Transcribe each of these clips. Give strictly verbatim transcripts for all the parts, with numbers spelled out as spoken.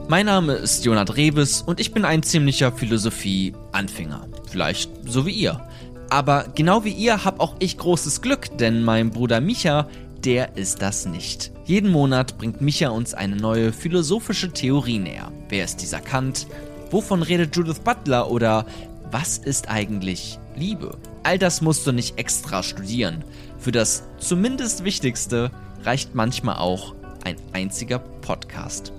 Mein Name ist Jonat Reves und ich bin ein ziemlicher Philosophie-Anfänger. Vielleicht so wie ihr. Aber genau wie ihr habe auch ich großes Glück, denn mein Bruder Micha, der ist das nicht. Jeden Monat bringt Micha uns eine neue philosophische Theorie näher. Wer ist dieser Kant? Wovon redet Judith Butler? Oder was ist eigentlich Liebe? All das musst du nicht extra studieren. Für das zumindest Wichtigste reicht manchmal auch ein einziger Podcast.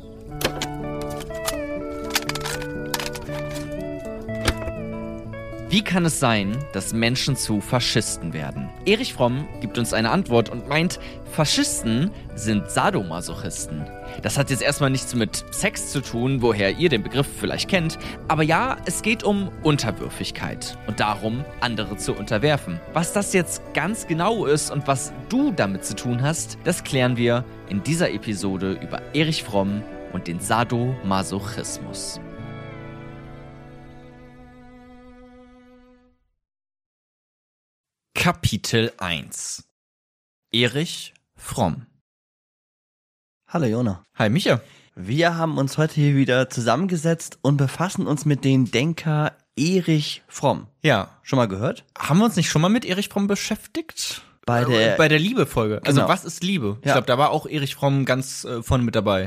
Wie kann es sein, dass Menschen zu Faschisten werden? Erich Fromm gibt uns eine Antwort und meint, Faschisten sind Sadomasochisten. Das hat jetzt erstmal nichts mit Sex zu tun, woher ihr den Begriff vielleicht kennt. Aber ja, es geht um Unterwürfigkeit und darum, andere zu unterwerfen. Was das jetzt ganz genau ist und was du damit zu tun hast, das klären wir in dieser Episode über Erich Fromm und den Sadomasochismus. Kapitel eins. Erich Fromm. Hallo Jona. Hi Micha. Wir haben uns heute hier wieder zusammengesetzt und befassen uns mit dem Denker Erich Fromm. Ja. Schon mal gehört? Haben wir uns nicht schon mal mit Erich Fromm beschäftigt? Bei der, Bei der Liebe-Folge. Also Genau. was ist Liebe? Ich Ja. glaube, da war auch Erich Fromm ganz äh, vorne mit dabei.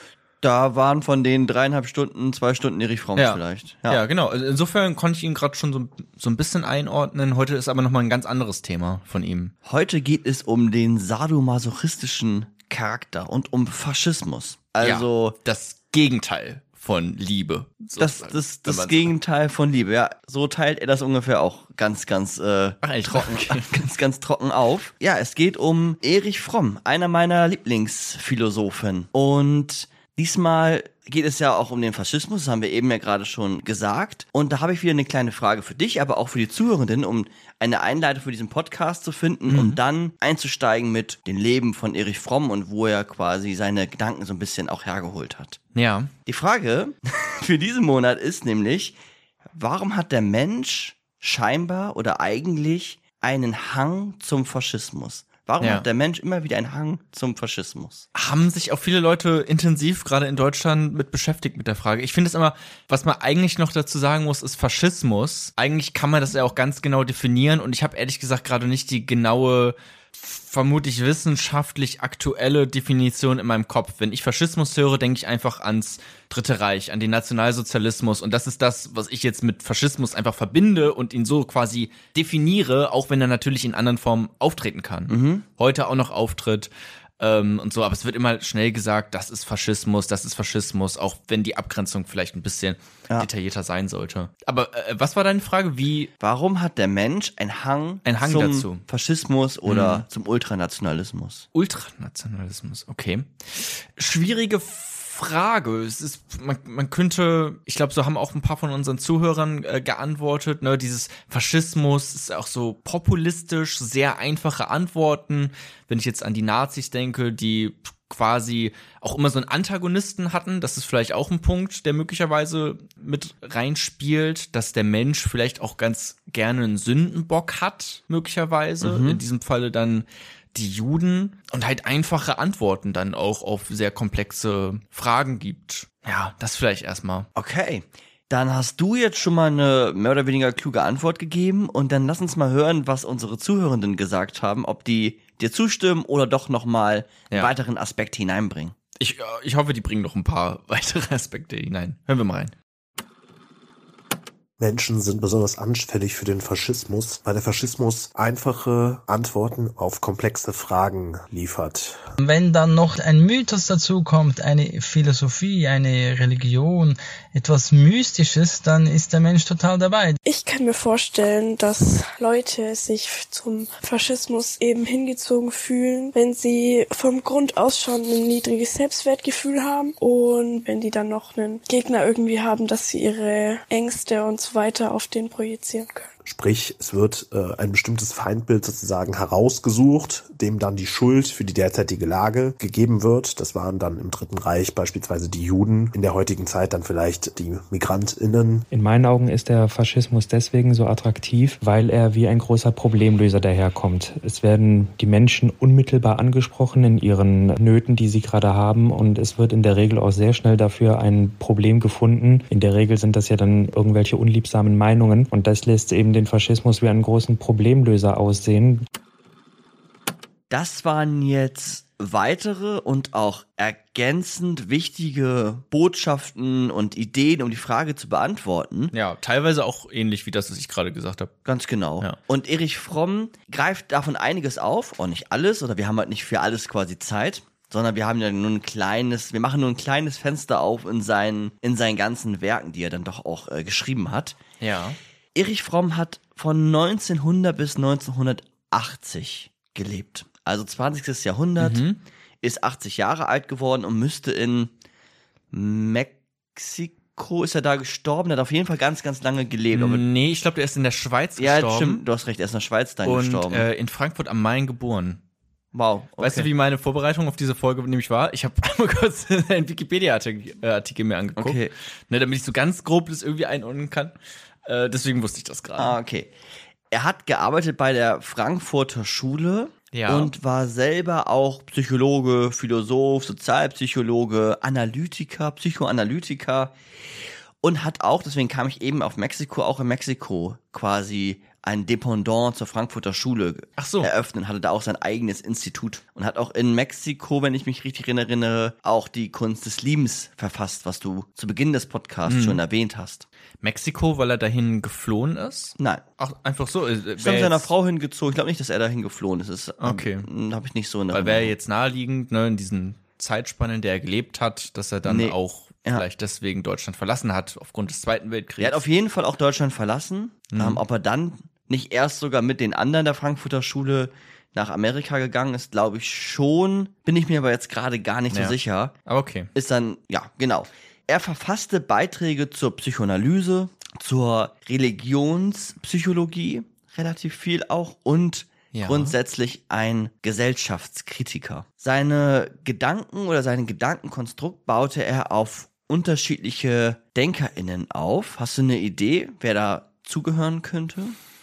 Da waren von den dreieinhalb Stunden, zwei Stunden Erich Fromm Ja. vielleicht. Ja, genau. Also insofern konnte ich ihn gerade schon so, so ein bisschen einordnen. Heute ist aber nochmal ein ganz anderes Thema von ihm. Heute geht es um den sadomasochistischen Charakter und um Faschismus. Also ja, das Gegenteil von Liebe. das, sozusagen, das, wenn das man's- Gegenteil von Liebe. Ja, so teilt er das ungefähr auch ganz, ganz äh, Ach, echt? trocken, Okay. ganz, ganz trocken auf. Ja, es geht um Erich Fromm, einer meiner Lieblingsphilosophen. Und diesmal geht es ja auch um den Faschismus, das haben wir eben ja gerade schon gesagt. Und da habe ich wieder eine kleine Frage für dich, aber auch für die Zuhörenden, um eine Einleitung für diesen Podcast zu finden, Mhm. um dann einzusteigen mit dem Leben von Erich Fromm und wo er quasi seine Gedanken so ein bisschen auch hergeholt hat. Ja. Die Frage für diesen Monat ist nämlich, warum hat der Mensch scheinbar oder eigentlich einen Hang zum Faschismus? Warum Ja. hat der Mensch immer wieder einen Hang zum Faschismus? Haben sich auch viele Leute intensiv, gerade in Deutschland, mit beschäftigt mit der Frage. Ich finde es immer, was man eigentlich noch dazu sagen muss, ist Faschismus. Eigentlich kann man das ja auch ganz genau definieren und ich habe ehrlich gesagt gerade nicht die genaue, vermutlich wissenschaftlich aktuelle Definition in meinem Kopf. Wenn ich Faschismus höre, denke ich einfach ans Dritte Reich, an den Nationalsozialismus und das ist das, was ich jetzt mit Faschismus einfach verbinde und ihn so quasi definiere, auch wenn er natürlich in anderen Formen auftreten kann. Mhm. Heute auch noch auftritt. Ähm, und so, aber es wird immer schnell gesagt, das ist Faschismus, das ist Faschismus, auch wenn die Abgrenzung vielleicht ein bisschen Ja. detaillierter sein sollte. Aber äh, was war deine Frage? Wie? Warum hat der Mensch einen Hang, Ein Hang zum dazu. Faschismus oder zum Ultranationalismus? Ultranationalismus, okay. Schwierige Frage. Es ist, man, man könnte, ich glaube, so haben auch ein paar von unseren Zuhörern äh, geantwortet, ne, dieses Faschismus ist auch so populistisch, sehr einfache Antworten. Wenn ich jetzt an die Nazis denke, die quasi auch immer so einen Antagonisten hatten, das ist vielleicht auch ein Punkt, der möglicherweise mit reinspielt, dass der Mensch vielleicht auch ganz gerne einen Sündenbock hat, möglicherweise. Mhm. In diesem Falle dann die Juden und halt einfache Antworten dann auch auf sehr komplexe Fragen gibt. Ja, das vielleicht erstmal. Okay, dann hast du jetzt schon mal eine mehr oder weniger kluge Antwort gegeben und dann lass uns mal hören, was unsere Zuhörenden gesagt haben, ob die dir zustimmen oder doch nochmal einen Ja. weiteren Aspekt hineinbringen. Ich, äh, ich hoffe, die bringen noch ein paar weitere Aspekte hinein. Hören wir mal rein. Menschen sind besonders anfällig für den Faschismus, weil der Faschismus einfache Antworten auf komplexe Fragen liefert. Wenn dann noch ein Mythos dazu kommt, eine Philosophie, eine Religion, etwas Mystisches, dann ist der Mensch total dabei. Ich kann mir vorstellen, dass Leute sich zum Faschismus eben hingezogen fühlen, wenn sie vom Grund aus schon ein niedriges Selbstwertgefühl haben und wenn die dann noch einen Gegner irgendwie haben, dass sie ihre Ängste und so weiter auf den projizieren können. Sprich, es wird äh, ein bestimmtes Feindbild sozusagen herausgesucht, dem dann die Schuld für die derzeitige Lage gegeben wird. Das waren dann im Dritten Reich beispielsweise die Juden, in der heutigen Zeit dann vielleicht die MigrantInnen. In meinen Augen ist der Faschismus deswegen so attraktiv, weil er wie ein großer Problemlöser daherkommt. Es werden die Menschen unmittelbar angesprochen in ihren Nöten, die sie gerade haben, und es wird in der Regel auch sehr schnell dafür ein Problem gefunden. In der Regel sind das ja dann irgendwelche unliebsamen Meinungen, und das lässt eben den Faschismus wie einen großen Problemlöser aussehen. Das waren jetzt weitere und auch ergänzend wichtige Botschaften und Ideen, um die Frage zu beantworten. Ja, teilweise auch ähnlich wie das, was ich gerade gesagt habe. Ganz genau. Ja. Und Erich Fromm greift davon einiges auf, auch nicht alles, oder wir haben halt nicht für alles quasi Zeit, sondern wir haben ja nur ein kleines, wir machen nur ein kleines Fenster auf in seinen, in seinen ganzen Werken, die er dann doch auch äh, geschrieben hat. Ja. Erich Fromm hat von neunzehnhundert bis neunzehnhundertachtzig gelebt. Also zwanzigstes Jahrhundert, Mhm. ist achtzig Jahre alt geworden und müsste in Mexiko, ist er da gestorben, der hat auf jeden Fall ganz, ganz lange gelebt. Aber Nee, ich glaube, der ist in der Schweiz ja, gestorben. stimmt, du hast recht, er ist in der Schweiz dann Und gestorben. äh, in Frankfurt am Main geboren. Wow. Okay. Weißt du, wie meine Vorbereitung auf diese Folge nämlich war? Ich habe einmal kurz einen Wikipedia-Artikel mir angeguckt, Okay. ne, damit ich so ganz grob das irgendwie einordnen kann. Äh, deswegen wusste ich das gerade. Ah, okay. Er hat gearbeitet bei der Frankfurter Schule Ja. und war selber auch Psychologe, Philosoph, Sozialpsychologe, Analytiker, Psychoanalytiker und hat auch, deswegen kam ich eben auf Mexiko, auch in Mexiko quasi ein Dependant zur Frankfurter Schule Ach so. eröffnet, hatte da auch sein eigenes Institut und hat auch in Mexiko, wenn ich mich richtig erinnere, auch die Kunst des Liebens verfasst, was du zu Beginn des Podcasts Mhm. schon erwähnt hast. Mexiko, weil er dahin geflohen ist? Nein. Ach, einfach so. Äh, Ist wär dann mit seiner jetzt- Frau hingezogen. Ich glaube nicht, dass er dahin geflohen ist. Das Okay. ähm, habe ich nicht so in Weil wäre Erinnerung. jetzt naheliegend, ne, in diesen Zeitspannen, in der er gelebt hat, dass er dann Nee. auch Ja. vielleicht deswegen Deutschland verlassen hat, aufgrund des Zweiten Weltkriegs. Er hat auf jeden Fall auch Deutschland verlassen. Mhm. Ähm, ob er dann nicht erst sogar mit den anderen der Frankfurter Schule nach Amerika gegangen ist, glaube ich schon. Bin ich mir aber jetzt gerade gar nicht Ja. so sicher. Aber okay. Ist dann, ja, genau. Er verfasste Beiträge zur Psychoanalyse, zur Religionspsychologie, relativ viel auch, und Ja. grundsätzlich ein Gesellschaftskritiker. Seine Gedanken oder sein Gedankenkonstrukt baute er auf unterschiedliche DenkerInnen auf. Hast du eine Idee, wer da zugehören könnte?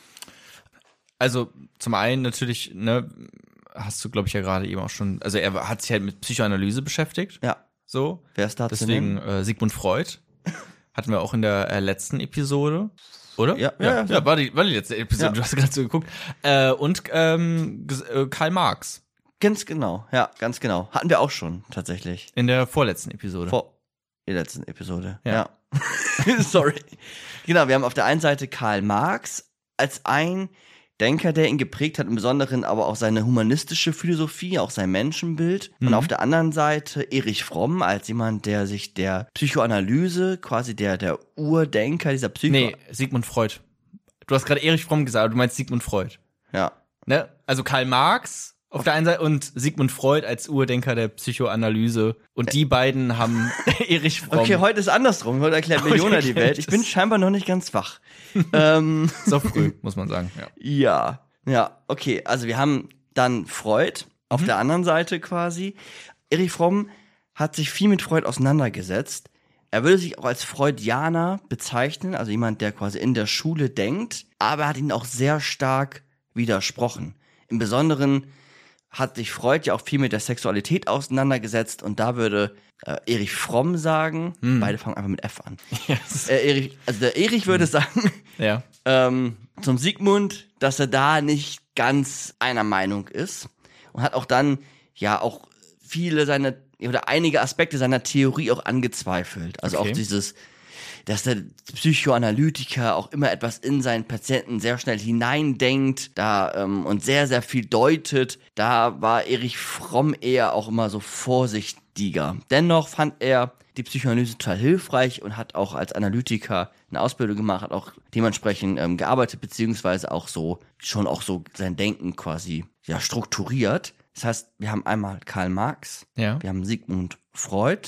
Also zum einen natürlich, ne, hast du, glaube ich, ja gerade eben auch schon, also er hat sich halt mit Psychoanalyse beschäftigt, Ja, so. wer ist da zu Deswegen nennen? äh, Sigmund Freud. Hatten wir auch in der äh, letzten Episode. Oder? Ja, ja, ja, ja. ja war, die, war die letzte Episode, Ja. du hast gerade so geguckt. Äh, und ähm, ges- äh, Karl Marx Ganz genau, ja, ganz genau. Hatten wir auch schon, tatsächlich. in der vorletzten Episode. Vor der letzten Episode. Ja. Ja. Sorry. Genau, wir haben auf der einen Seite Karl Marx als ein Denker, der ihn geprägt hat, im Besonderen aber auch seine humanistische Philosophie, auch sein Menschenbild. Mhm. Und auf der anderen Seite Erich Fromm als jemand, der sich der Psychoanalyse, quasi der, der Urdenker dieser Psycho... Nee, Sigmund Freud. Du hast gerade Erich Fromm gesagt, aber du meinst Sigmund Freud. Ja. Ne? Also Karl Marx auf der einen Seite und Sigmund Freud als Urdenker der Psychoanalyse. Und die beiden haben Erich Fromm. Okay, heute ist andersrum. Heute erklärt mir Heute Jona die erklärt Welt. Ich bin es. scheinbar noch nicht ganz wach. ähm... So früh, muss man sagen. Ja. Ja, ja, okay. Also wir haben dann Freud auf Mhm. der anderen Seite quasi. Erich Fromm hat sich viel mit Freud auseinandergesetzt. Er würde sich auch als Freudianer bezeichnen, also jemand, der quasi in der Schule denkt, aber er hat ihn auch sehr stark widersprochen. Im Besonderen hat sich Freud ja auch viel mit der Sexualität auseinandergesetzt und da würde äh, Erich Fromm sagen, Hm. beide fangen einfach mit F an. Yes. Äh, Erich, also der Erich würde sagen, Ja. ähm, zum Sigmund, dass er da nicht ganz einer Meinung ist und hat auch dann ja auch viele seiner oder einige Aspekte seiner Theorie auch angezweifelt. Also Okay. auch dieses, dass der Psychoanalytiker auch immer etwas in seinen Patienten sehr schnell hineindenkt da ähm, und sehr, sehr viel deutet. Da war Erich Fromm eher auch immer so vorsichtiger. Dennoch fand er die Psychoanalyse total hilfreich und hat auch als Analytiker eine Ausbildung gemacht, hat auch dementsprechend ähm, gearbeitet, beziehungsweise auch so, schon auch so sein Denken quasi, ja, strukturiert. Das heißt, wir haben einmal Karl Marx, Ja. wir haben Sigmund Freud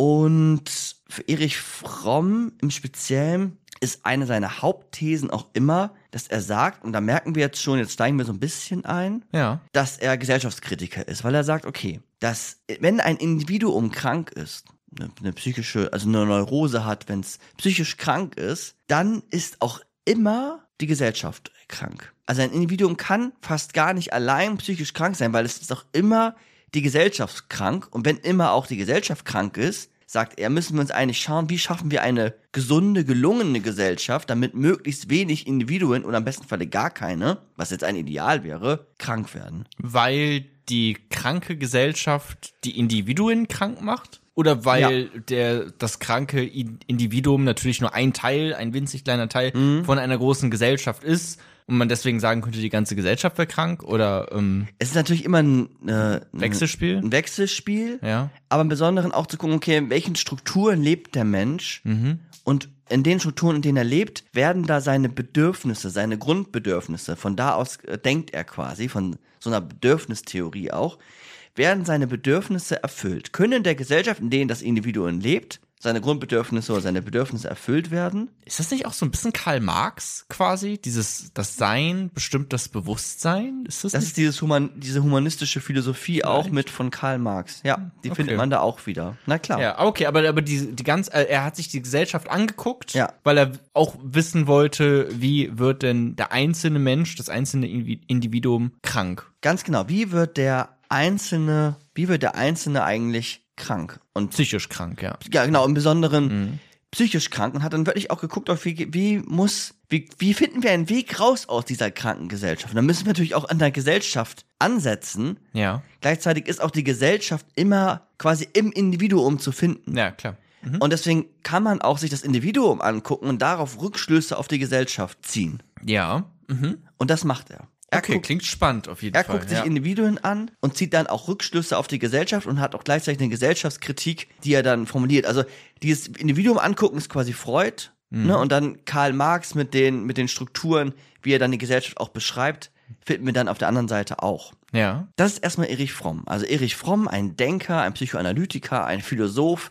Und für Erich Fromm im Speziellen ist eine seiner Hauptthesen auch immer, dass er sagt, und da merken wir jetzt schon, jetzt steigen wir so ein bisschen ein, Ja. dass er Gesellschaftskritiker ist, weil er sagt, okay, dass wenn ein Individuum krank ist, eine, eine psychische, also eine Neurose hat, wenn es psychisch krank ist, dann ist auch immer die Gesellschaft krank. Also ein Individuum kann fast gar nicht allein psychisch krank sein, weil es ist auch immer die Gesellschaft krank. Und wenn immer auch die Gesellschaft krank ist, sagt er, müssen wir uns eigentlich schauen, wie schaffen wir eine gesunde, gelungene Gesellschaft, damit möglichst wenig Individuen oder am besten Falle gar keine, was jetzt ein Ideal wäre, krank werden. Weil die kranke Gesellschaft die Individuen krank macht? Oder weil Ja. der das kranke I- Individuum natürlich nur ein Teil, ein winzig kleiner Teil Mhm. von einer großen Gesellschaft ist und man deswegen sagen könnte, die ganze Gesellschaft wäre krank? Oder ähm, Es ist natürlich immer ein, äh, Wechselspiel? ein Wechselspiel, Ja. aber im Besonderen auch zu gucken, okay, in welchen Strukturen lebt der Mensch Mhm. und in den Strukturen, in denen er lebt, werden da seine Bedürfnisse, seine Grundbedürfnisse, von da aus äh, denkt er quasi, von so einer Bedürfnistheorie auch, werden seine Bedürfnisse erfüllt. Können in der Gesellschaft, in denen das Individuum lebt, seine Grundbedürfnisse oder seine Bedürfnisse erfüllt werden? Ist das nicht auch so ein bisschen Karl Marx quasi? Dieses, das Sein bestimmt das Bewusstsein? Ist das, Das nicht? ist dieses Human, diese humanistische Philosophie auch Echt? mit von Karl Marx. Ja, die Okay. findet man da auch wieder. Na klar. Ja, okay, aber, aber die, die ganz, äh, er hat sich die Gesellschaft angeguckt, Ja. weil er auch wissen wollte, wie wird denn der einzelne Mensch, das einzelne Invi- Individuum krank? Ganz genau. Wie wird der Einzelne, wie wird der Einzelne eigentlich krank? Und Psychisch krank, ja. ja, genau, im Besonderen Mhm. psychisch krank und hat dann wirklich auch geguckt, auf wie, wie muss, wie, wie finden wir einen Weg raus aus dieser kranken Gesellschaft? Und dann müssen wir natürlich auch an der Gesellschaft ansetzen. Ja, Gleichzeitig ist auch die Gesellschaft immer quasi im Individuum zu finden. ja, klar. Mhm. Und deswegen kann man auch sich das Individuum angucken und darauf Rückschlüsse auf die Gesellschaft ziehen. Ja, mhm. Und das macht er. Er Okay, guckt, klingt spannend auf jeden er Fall. guckt sich ja. Individuen an und zieht dann auch Rückschlüsse auf die Gesellschaft und hat auch gleichzeitig eine Gesellschaftskritik, die er dann formuliert. Also dieses Individuum angucken ist quasi Freud, Mhm. ne? Und dann Karl Marx mit den, mit den Strukturen, wie er dann die Gesellschaft auch beschreibt, finden wir dann auf der anderen Seite auch. Ja, Das ist erstmal Erich Fromm. Also Erich Fromm, ein Denker, ein Psychoanalytiker, ein Philosoph,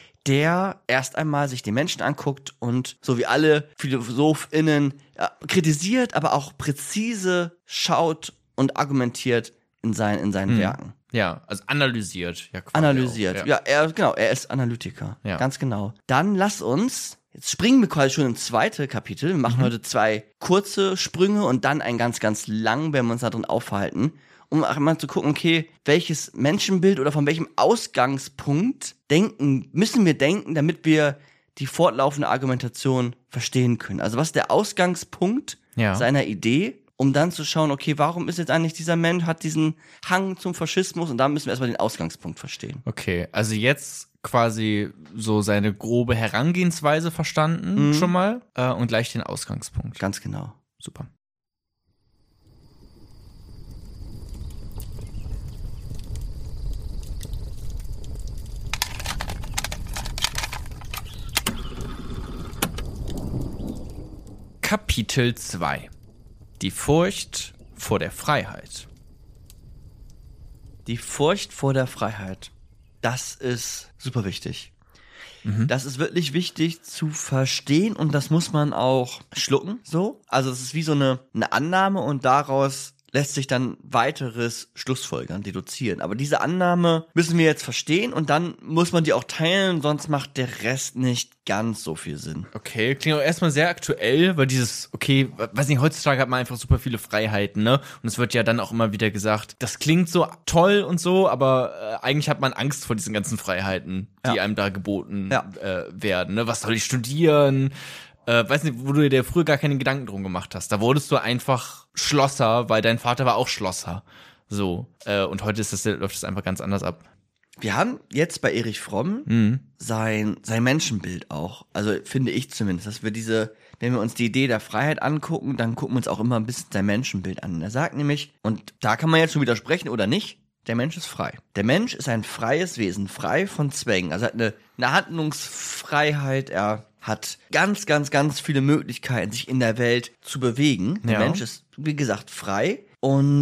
der erst einmal sich die Menschen anguckt und so wie alle PhilosophInnen ja, kritisiert, aber auch präzise schaut und argumentiert in, sein, in seinen Mhm. Werken. ja, also analysiert. Ja, quasi Analysiert. Auch, Ja, er, genau, er ist Analytiker. Ja. Ganz genau. Dann lass uns, jetzt springen wir quasi schon ins zweite Kapitel. Wir machen Mhm. heute zwei kurze Sprünge und dann einen ganz, ganz lang, wenn wir uns da drin aufhalten, um auch mal zu gucken, okay, welches Menschenbild oder von welchem Ausgangspunkt denken, müssen wir denken, damit wir die fortlaufende Argumentation verstehen können. Also was ist der Ausgangspunkt Ja. seiner Idee, um dann zu schauen, okay, warum ist jetzt eigentlich dieser Mensch, hat diesen Hang zum Faschismus und da müssen wir erstmal den Ausgangspunkt verstehen. Okay, also jetzt quasi so seine grobe Herangehensweise verstanden Mhm. schon mal äh, und gleich den Ausgangspunkt. Ganz genau. Super. Kapitel zwei. Die Furcht vor der Freiheit. Die Furcht vor der Freiheit. Das ist super wichtig. Das ist wirklich wichtig zu verstehen und das muss man auch schlucken, so. Also es ist wie so eine, eine Annahme und daraus lässt sich dann weiteres Schlussfolgern, deduzieren. Aber diese Annahme müssen wir jetzt verstehen und dann muss man die auch teilen, sonst macht der Rest nicht ganz so viel Sinn. Okay, klingt auch erstmal sehr aktuell, weil dieses, okay, weiß nicht, heutzutage hat man einfach super viele Freiheiten, ne? Und es wird ja dann auch immer wieder gesagt, das klingt so toll und so, aber äh, eigentlich hat man Angst vor diesen ganzen Freiheiten, die Ja. einem da geboten Ja. äh, werden, ne? Was soll ich studieren? Äh, weiß nicht, wo du dir früher gar keine Gedanken drum gemacht hast. Da wurdest du einfach Schlosser, weil dein Vater war auch Schlosser. So. Äh, und heute ist das, läuft das einfach ganz anders ab. Wir haben jetzt bei Erich Fromm Mhm. sein, sein Menschenbild auch. Also finde ich zumindest, dass wir diese, wenn wir uns die Idee der Freiheit angucken, dann gucken wir uns auch immer ein bisschen sein Menschenbild an. Er sagt nämlich, und da kann man jetzt schon widersprechen oder nicht, der Mensch ist frei. Der Mensch ist ein freies Wesen, frei von Zwängen. Also er hat eine, eine Handlungsfreiheit, er hat ganz, ganz, ganz viele Möglichkeiten, sich in der Welt zu bewegen. Der Ja. Mensch ist, wie gesagt, frei und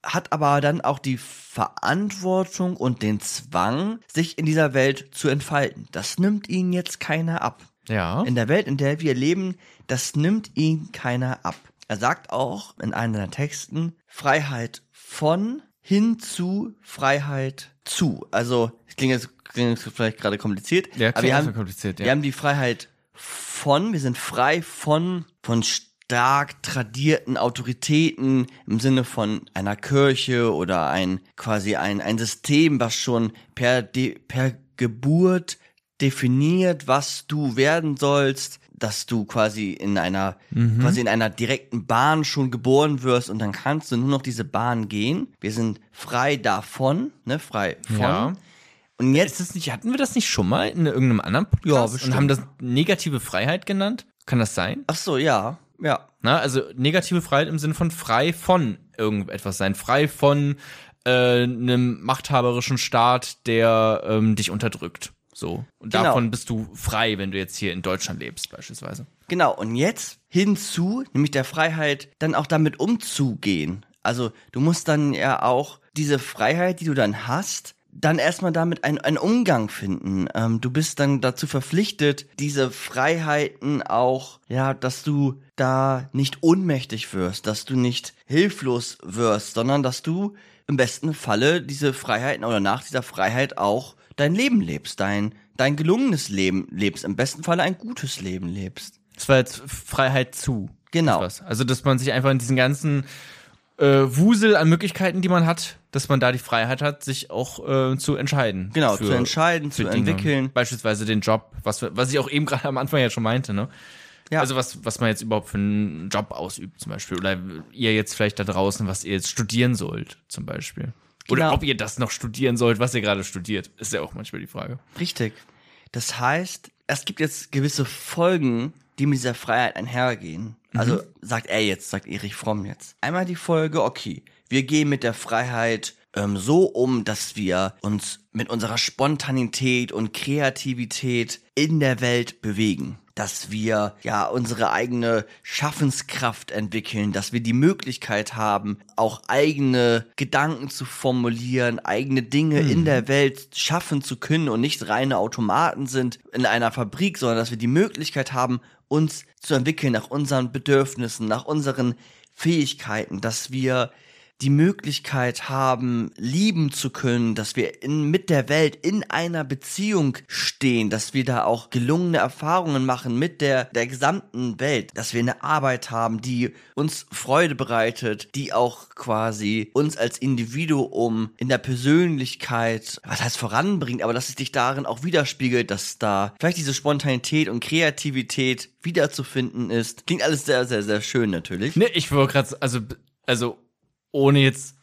hat aber dann auch die Verantwortung und den Zwang, sich in dieser Welt zu entfalten. Das nimmt ihn jetzt keiner ab. Ja. In der Welt, in der wir leben, das nimmt ihn keiner ab. Er sagt auch in einem seiner Texten, Freiheit von hin zu Freiheit zu. Also, das klingt jetzt, klingt jetzt vielleicht gerade kompliziert, Ja, aber wir haben, kompliziert, ja. wir haben die Freiheit von, wir sind frei von, von stark tradierten Autoritäten im Sinne von einer Kirche oder ein, quasi ein, ein System, was schon per, de, per Geburt definiert, was du werden sollst, dass du quasi in einer, mhm. quasi in einer direkten Bahn schon geboren wirst und dann kannst du nur noch diese Bahn gehen. Wir sind frei davon, ne, frei von. Ja. Und jetzt ist das nicht, hatten wir das nicht schon mal in irgendeinem anderen Podcast? Ja, bestimmt. Und haben das negative Freiheit genannt? Kann das sein? Ach so, ja, ja. Na, also negative Freiheit im Sinne von frei von irgendetwas sein, frei von äh, einem machthaberischen Staat, der ähm, dich unterdrückt. So. Und Genau. davon bist du frei, wenn du jetzt hier in Deutschland lebst, beispielsweise. Genau, und jetzt hinzu, nämlich der Freiheit, dann auch damit umzugehen. Also du musst dann ja auch diese Freiheit, die du dann hast, dann erstmal damit einen, einen Umgang finden. Ähm, du bist dann dazu verpflichtet, diese Freiheiten auch, ja, dass du da nicht ohnmächtig wirst, dass du nicht hilflos wirst, sondern dass du im besten Falle diese Freiheiten oder nach dieser Freiheit auch dein Leben lebst, dein, dein gelungenes Leben lebst, im besten Falle ein gutes Leben lebst. Das war jetzt Freiheit zu. Genau. Etwas. Also, dass man sich einfach in diesen ganzen äh, Wusel an Möglichkeiten, die man hat, dass man da die Freiheit hat, sich auch äh, zu entscheiden. Genau, für, zu entscheiden, zu Dinge. entwickeln. Beispielsweise den Job, was, was ich auch eben gerade am Anfang ja schon meinte, ne? Ja. Also was, was man jetzt überhaupt für einen Job ausübt zum Beispiel. Oder ihr jetzt vielleicht da draußen, was ihr jetzt studieren sollt zum Beispiel. Oder Genau. ob ihr das noch studieren sollt, was ihr gerade studiert. Ist ja auch manchmal die Frage. Richtig. Das heißt, es gibt jetzt gewisse Folgen, die mit dieser Freiheit einhergehen. Also sagt er jetzt, sagt Erich Fromm jetzt. Einmal die Folge, okay, wir gehen mit der Freiheit ähm, so um, dass wir uns mit unserer Spontanität und Kreativität in der Welt bewegen. Dass wir ja unsere eigene Schaffenskraft entwickeln, dass wir die Möglichkeit haben, auch eigene Gedanken zu formulieren, eigene Dinge mhm. in der Welt schaffen zu können und nicht reine Automaten sind in einer Fabrik, sondern dass wir die Möglichkeit haben, uns zu entwickeln nach unseren Bedürfnissen, nach unseren Fähigkeiten, dass wir die Möglichkeit haben, lieben zu können, dass wir in, mit der Welt in einer Beziehung stehen, dass wir da auch gelungene Erfahrungen machen mit der, der gesamten Welt, dass wir eine Arbeit haben, die uns Freude bereitet, die auch quasi uns als Individuum in der Persönlichkeit, was heißt voranbringt, aber dass es dich darin auch widerspiegelt, dass da vielleicht diese Spontanität und Kreativität wiederzufinden ist. Klingt alles sehr, sehr, sehr schön natürlich. Ne, ich wollte gerade, also, also, ohne jetzt,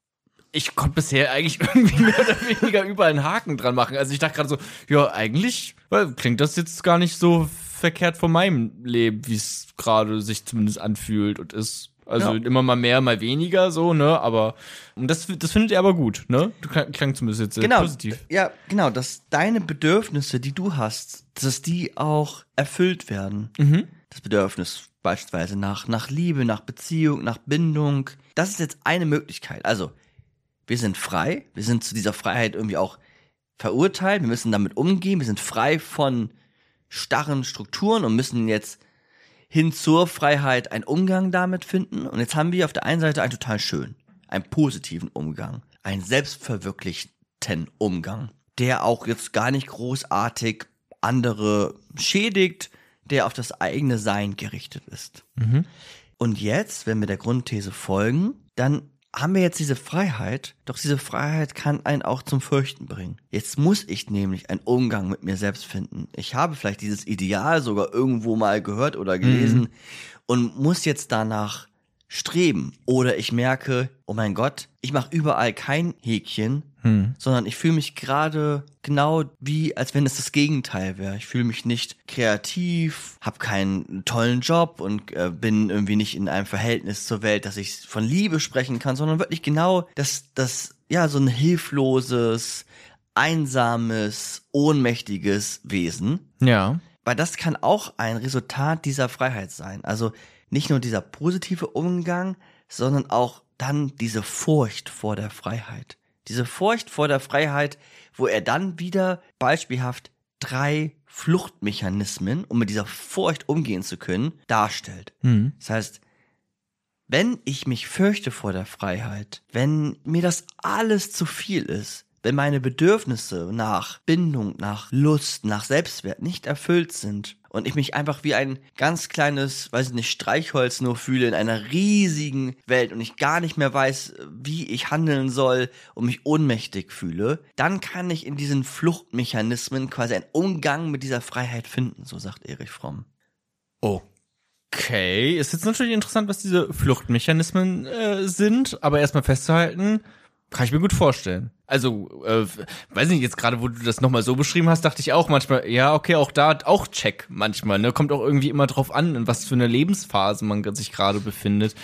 ich konnte bisher eigentlich irgendwie mehr oder weniger überall einen Haken dran machen. Also ich dachte gerade so, ja, eigentlich weil, klingt das jetzt gar nicht so verkehrt von meinem Leben, wie es gerade sich zumindest anfühlt und ist. Also ja. Immer mal mehr, mal weniger, so, ne, aber und das, das findet ihr aber gut, ne? Du klang, klang zumindest jetzt genau, positiv. Ja, genau, dass deine Bedürfnisse, die du hast, dass die auch erfüllt werden. Mhm. Das Bedürfnis beispielsweise nach, nach Liebe, nach Beziehung, nach Bindung. Das ist jetzt eine Möglichkeit. Also, wir sind frei, wir sind zu dieser Freiheit irgendwie auch verurteilt, wir müssen damit umgehen, wir sind frei von starren Strukturen und müssen jetzt hin zur Freiheit einen Umgang damit finden. Und jetzt haben wir auf der einen Seite einen total schönen, einen positiven Umgang, einen selbstverwirklichten Umgang, der auch jetzt gar nicht großartig andere schädigt, der auf das eigene Sein gerichtet ist. Mhm. Und jetzt, wenn wir der Grundthese folgen, dann haben wir jetzt diese Freiheit, doch diese Freiheit kann einen auch zum Fürchten bringen. Jetzt muss ich nämlich einen Umgang mit mir selbst finden. Ich habe vielleicht dieses Ideal sogar irgendwo mal gehört oder gelesen mhm. und muss jetzt danach streben. Oder ich merke, oh mein Gott, ich mache überall kein Häkchen, hm. sondern ich fühle mich gerade genau wie, als wenn es das Gegenteil wäre. Ich fühle mich nicht kreativ, habe keinen tollen Job und äh, bin irgendwie nicht in einem Verhältnis zur Welt, dass ich von Liebe sprechen kann, sondern wirklich genau das, das ja, so ein hilfloses, einsames, ohnmächtiges Wesen. Ja. Weil das kann auch ein Resultat dieser Freiheit sein. Also nicht nur dieser positive Umgang, sondern auch dann diese Furcht vor der Freiheit. Diese Furcht vor der Freiheit, wo er dann wieder beispielhaft drei Fluchtmechanismen, um mit dieser Furcht umgehen zu können, darstellt. Mhm. Das heißt, wenn ich mich fürchte vor der Freiheit, wenn mir das alles zu viel ist, wenn meine Bedürfnisse nach Bindung, nach Lust, nach Selbstwert nicht erfüllt sind und ich mich einfach wie ein ganz kleines, weiß ich nicht, Streichholz nur fühle in einer riesigen Welt und ich gar nicht mehr weiß, wie ich handeln soll und mich ohnmächtig fühle, dann kann ich in diesen Fluchtmechanismen quasi einen Umgang mit dieser Freiheit finden, so sagt Erich Fromm. Okay, ist jetzt natürlich interessant, was diese Fluchtmechanismen äh, sind, aber erstmal festzuhalten, kann ich mir gut vorstellen. Also, äh, weiß nicht, jetzt gerade, wo du das nochmal so beschrieben hast, dachte ich auch manchmal, ja, okay, auch da, auch check manchmal, ne, kommt auch irgendwie immer drauf an, in was für eine Lebensphase man sich gerade befindet.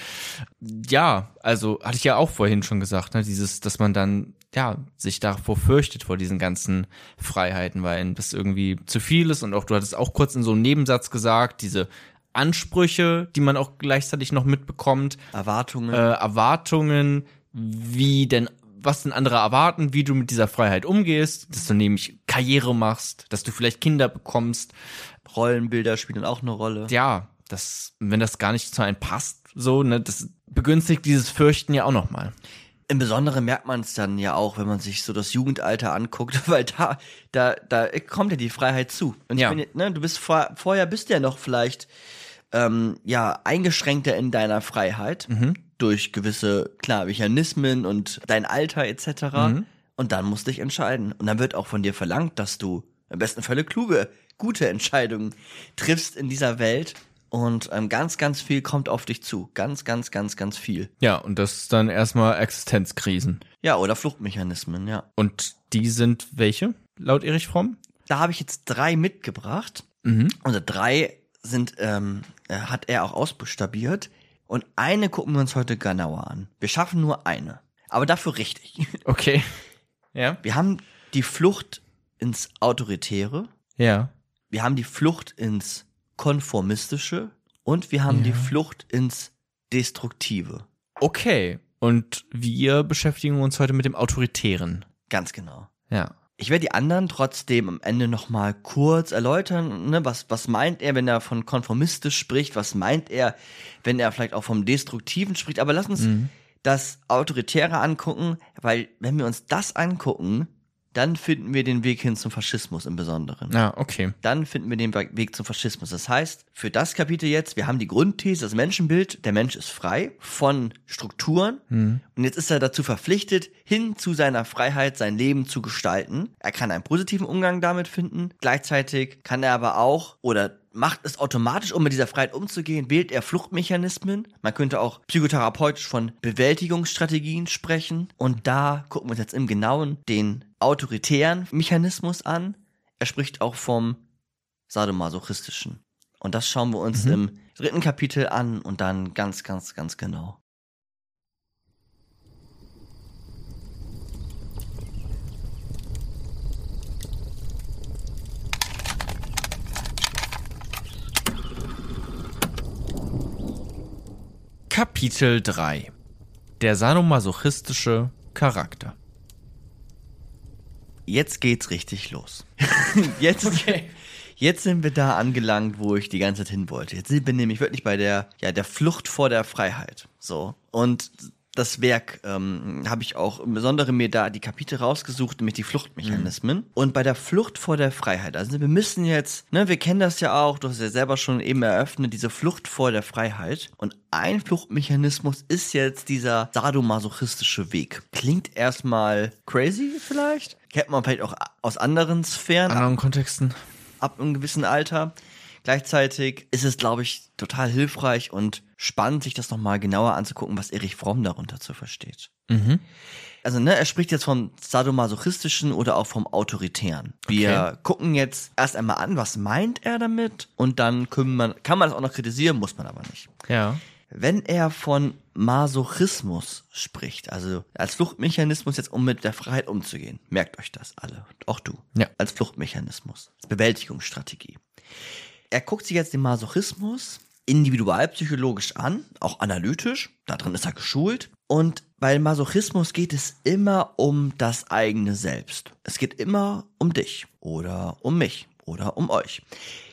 Ja, also, hatte ich ja auch vorhin schon gesagt, ne, dieses, dass man dann, ja, sich davor fürchtet, vor diesen ganzen Freiheiten, weil das irgendwie zu viel ist und auch, du hattest auch kurz in so einem Nebensatz gesagt, diese Ansprüche, die man auch gleichzeitig noch mitbekommt. Erwartungen. Äh, Erwartungen, wie denn, was denn andere erwarten, wie du mit dieser Freiheit umgehst, dass du nämlich Karriere machst, dass du vielleicht Kinder bekommst. Rollenbilder spielen auch eine Rolle. Ja, das, wenn das gar nicht zu einem passt, so, ne, das begünstigt dieses Fürchten ja auch nochmal. Im Besonderen merkt man es dann ja auch, wenn man sich so das Jugendalter anguckt, weil da, da, da kommt ja die Freiheit zu. Und ich Ja. bin, ne, du bist vor, vorher bist du ja noch vielleicht ähm, ja eingeschränkter in deiner Freiheit Mhm. durch gewisse, klar, Mechanismen und dein Alter et cetera. Mhm. Und dann musst du dich entscheiden. Und dann wird auch von dir verlangt, dass du im besten Falle kluge, gute Entscheidungen triffst in dieser Welt. Und ähm, ganz, ganz viel kommt auf dich zu. Ganz, ganz, ganz, ganz viel. Ja, und das ist dann erstmal Existenzkrisen. Ja, oder Fluchtmechanismen, ja. Und die sind welche, laut Erich Fromm? Da habe ich jetzt drei mitgebracht. Mhm. Also drei sind, ähm, äh, hat er auch ausbuchstabiert. Und eine gucken wir uns heute genauer an. Wir schaffen nur eine. Aber dafür richtig. Okay. Ja. Wir haben die Flucht ins Autoritäre. Ja. Wir haben die Flucht ins Konformistische. Und wir haben Ja. die Flucht ins Destruktive. Okay. Und wir beschäftigen uns heute mit dem Autoritären. Ganz genau. Ja. Ich werde die anderen trotzdem am Ende nochmal kurz erläutern, ne, was, was meint er, wenn er von konformistisch spricht, was meint er, wenn er vielleicht auch vom Destruktiven spricht, aber lass uns Mhm. das Autoritäre angucken, weil wenn wir uns das angucken, dann finden wir den Weg hin zum Faschismus im Besonderen. Ah, okay. Dann finden wir den Weg zum Faschismus. Das heißt, für das Kapitel jetzt, wir haben die Grundthese, das Menschenbild, der Mensch ist frei von Strukturen Mhm. und jetzt ist er dazu verpflichtet, hin zu seiner Freiheit sein Leben zu gestalten. Er kann einen positiven Umgang damit finden, gleichzeitig kann er aber auch oder macht es automatisch, um mit dieser Freiheit umzugehen, wählt er Fluchtmechanismen. Man könnte auch psychotherapeutisch von Bewältigungsstrategien sprechen. Und da gucken wir uns jetzt im Genauen den autoritären Mechanismus an. Er spricht auch vom sadomasochistischen. Und das schauen wir uns Mhm. im dritten Kapitel an und dann ganz, ganz, ganz genau. Kapitel drei. Der sadomasochistische Charakter. Jetzt geht's richtig los. Jetzt, jetzt sind wir da angelangt, wo ich die ganze Zeit hin wollte. Jetzt sind wir nämlich wirklich bei der, ja, der Flucht vor der Freiheit. So. Und das Werk ähm, habe ich auch im Besonderen mir da die Kapitel rausgesucht, nämlich die Fluchtmechanismen. Mhm. Und bei der Flucht vor der Freiheit, also wir müssen jetzt, ne, wir kennen das ja auch, du hast ja selber schon eben eröffnet, diese Flucht vor der Freiheit. Und ein Fluchtmechanismus ist jetzt dieser sadomasochistische Weg. Klingt erstmal crazy vielleicht? Kennt man vielleicht auch aus anderen Sphären, anderen Kontexten. ab einem gewissen Alter. Gleichzeitig ist es, glaube ich, total hilfreich und spannend, sich das nochmal genauer anzugucken, was Erich Fromm darunter zu versteht. Mhm. Also, ne, er spricht jetzt vom sadomasochistischen oder auch vom autoritären. Wir Okay. gucken jetzt erst einmal an, was meint er damit und dann können man, kann man das auch noch kritisieren, muss man aber nicht. Ja. Wenn er von Masochismus spricht, also als Fluchtmechanismus jetzt, um mit der Freiheit umzugehen, merkt euch das alle, auch du, Ja. als Fluchtmechanismus, als Bewältigungsstrategie. Er guckt sich jetzt den Masochismus individualpsychologisch an, auch analytisch, darin ist er geschult. Und bei Masochismus geht es immer um das eigene Selbst. Es geht immer um dich oder um mich oder um euch.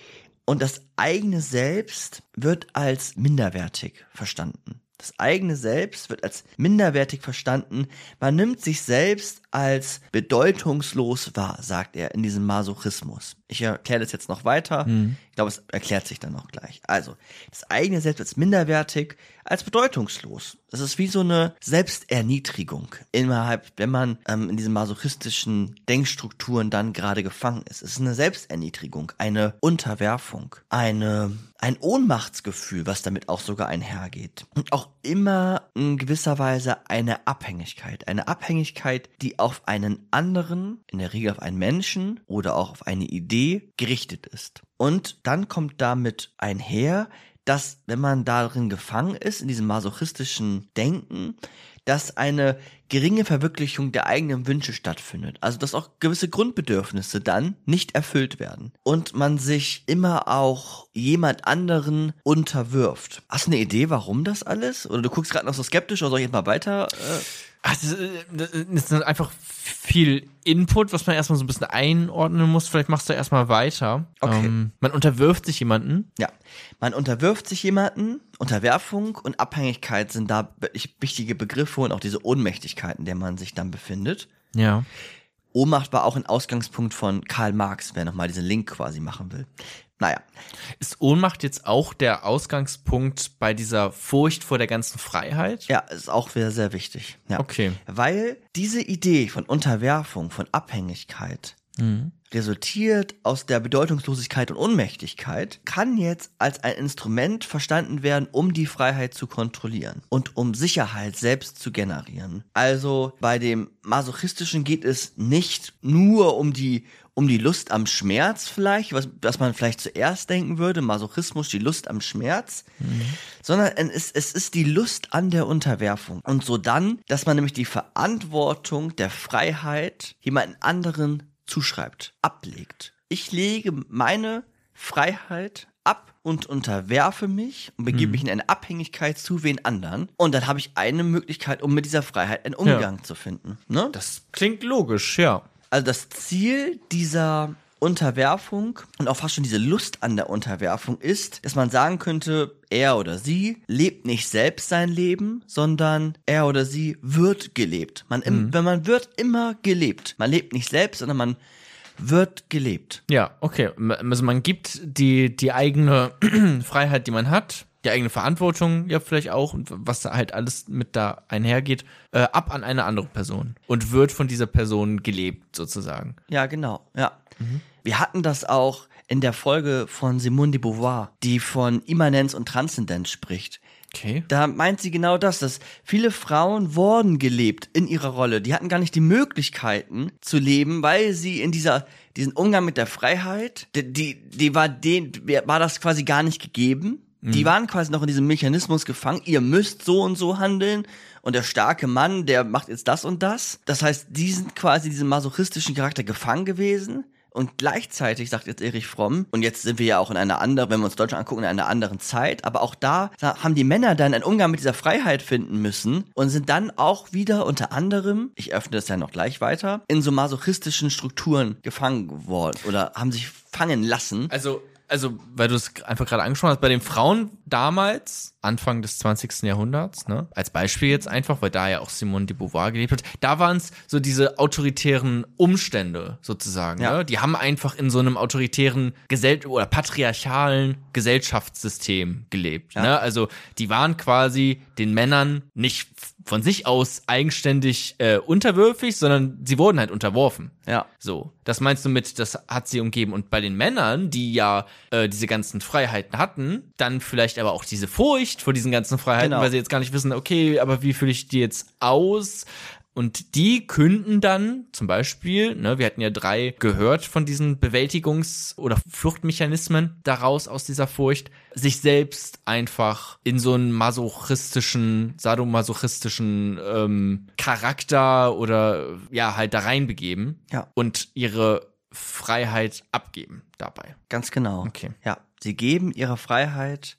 Und das eigene Selbst wird als minderwertig verstanden. Das eigene Selbst wird als minderwertig verstanden. Man nimmt sich selbst als bedeutungslos wahr, sagt er in diesem Masochismus. Ich erkläre das jetzt noch weiter. Mhm. Ich glaube, es erklärt sich dann noch gleich. Also, das eigene Selbst als minderwertig, als bedeutungslos. Das ist wie so eine Selbsterniedrigung innerhalb, wenn man ähm, in diesen masochistischen Denkstrukturen dann gerade gefangen ist. Es ist eine Selbsterniedrigung, eine Unterwerfung, eine ein Ohnmachtsgefühl, was damit auch sogar einhergeht. Und auch immer in gewisser Weise eine Abhängigkeit. Eine Abhängigkeit, die auf einen anderen, in der Regel auf einen Menschen oder auch auf eine Idee gerichtet ist. Und dann kommt damit einher, dass, wenn man darin gefangen ist, in diesem masochistischen Denken, dass eine geringe Verwirklichung der eigenen Wünsche stattfindet. Also, dass auch gewisse Grundbedürfnisse dann nicht erfüllt werden. Und man sich immer auch jemand anderen unterwirft. Hast du eine Idee, warum das alles? Oder du guckst gerade noch so skeptisch, oder soll ich jetzt mal weiter? Äh Ach, das ist einfach viel Input, was man erstmal so ein bisschen einordnen muss. Vielleicht machst du erstmal weiter. Okay. Ähm, man unterwirft sich jemanden. Ja, man unterwirft sich jemanden. Unterwerfung und Abhängigkeit sind da wirklich wichtige Begriffe und auch diese Ohnmächtigkeit, in der man sich dann befindet. Ja. Ohnmacht war auch ein Ausgangspunkt von Karl Marx, wer nochmal diesen Link quasi machen will. Naja. Ist Ohnmacht jetzt auch der Ausgangspunkt bei dieser Furcht vor der ganzen Freiheit? Ja, ist auch sehr, sehr wichtig. Ja. Okay. Weil diese Idee von Unterwerfung, von Abhängigkeit mhm. resultiert aus der Bedeutungslosigkeit und Ohnmächtigkeit, kann jetzt als ein Instrument verstanden werden, um die Freiheit zu kontrollieren und um Sicherheit selbst zu generieren. Also bei dem Masochistischen geht es nicht nur um die um die Lust am Schmerz vielleicht, was, was man vielleicht zuerst denken würde, Masochismus, die Lust am Schmerz, mhm. sondern es, es ist die Lust an der Unterwerfung. Und so dann, dass man nämlich die Verantwortung der Freiheit jemanden anderen zuschreibt, ablegt. Ich lege meine Freiheit ab und unterwerfe mich und begebe mhm. mich in eine Abhängigkeit zu wen anderen. Und dann habe ich eine Möglichkeit, um mit dieser Freiheit einen Umgang ja. zu finden. Ne? Das klingt logisch, ja. Also das Ziel dieser Unterwerfung und auch fast schon diese Lust an der Unterwerfung ist, dass man sagen könnte, er oder sie lebt nicht selbst sein Leben, sondern er oder sie wird gelebt. Man, mhm. wenn man wird immer gelebt. Man lebt nicht selbst, sondern man wird gelebt. Ja, okay. Also man gibt die, die eigene Freiheit, die man hat, die eigene Verantwortung ja vielleicht auch und was da halt alles mit da einhergeht, äh, ab an eine andere Person und wird von dieser Person gelebt sozusagen. Ja, genau, ja. Mhm. Wir hatten das auch in der Folge von Simone de Beauvoir, die von Immanenz und Transzendenz spricht. Okay. Da meint sie genau das, dass viele Frauen wurden gelebt in ihrer Rolle. Die hatten gar nicht die Möglichkeiten zu leben, weil sie in dieser diesen Umgang mit der Freiheit, die, die, die war denen, war das quasi gar nicht gegeben. Die waren quasi noch in diesem Mechanismus gefangen, ihr müsst so und so handeln und der starke Mann, der macht jetzt das und das. Das heißt, die sind quasi diesem masochistischen Charakter gefangen gewesen und gleichzeitig, sagt jetzt Erich Fromm, und jetzt sind wir ja auch in einer anderen, wenn wir uns Deutschland angucken, in einer anderen Zeit, aber auch da haben die Männer dann einen Umgang mit dieser Freiheit finden müssen und sind dann auch wieder unter anderem, ich öffne das ja noch gleich weiter, in so masochistischen Strukturen gefangen geworden oder haben sich fangen lassen. Also Also, weil du es einfach gerade angesprochen hast, bei den Frauen damals, Anfang des zwanzigsten Jahrhunderts, ne, als Beispiel jetzt einfach, weil da ja auch Simone de Beauvoir gelebt hat, da waren es so diese autoritären Umstände sozusagen, ja. ne? Die haben einfach in so einem autoritären Gesell- oder patriarchalen Gesellschaftssystem gelebt, ja. ne? Also, die waren quasi den Männern nicht von sich aus eigenständig äh, unterwürfig, sondern sie wurden halt unterworfen. Ja. So, das meinst du mit, das hat sie umgeben. Und bei den Männern, die ja äh, diese ganzen Freiheiten hatten, dann vielleicht aber auch diese Furcht vor diesen ganzen Freiheiten, genau. weil sie jetzt gar nicht wissen, okay, aber wie fühle ich die jetzt aus? Und die künden dann zum Beispiel, ne, wir hatten ja drei gehört von diesen Bewältigungs- oder Fluchtmechanismen daraus aus dieser Furcht, sich selbst einfach in so einen masochistischen, sadomasochistischen ähm, Charakter oder ja halt da reinbegeben ja. und ihre Freiheit abgeben dabei. Ganz genau. Okay. Ja, sie geben ihre Freiheit ab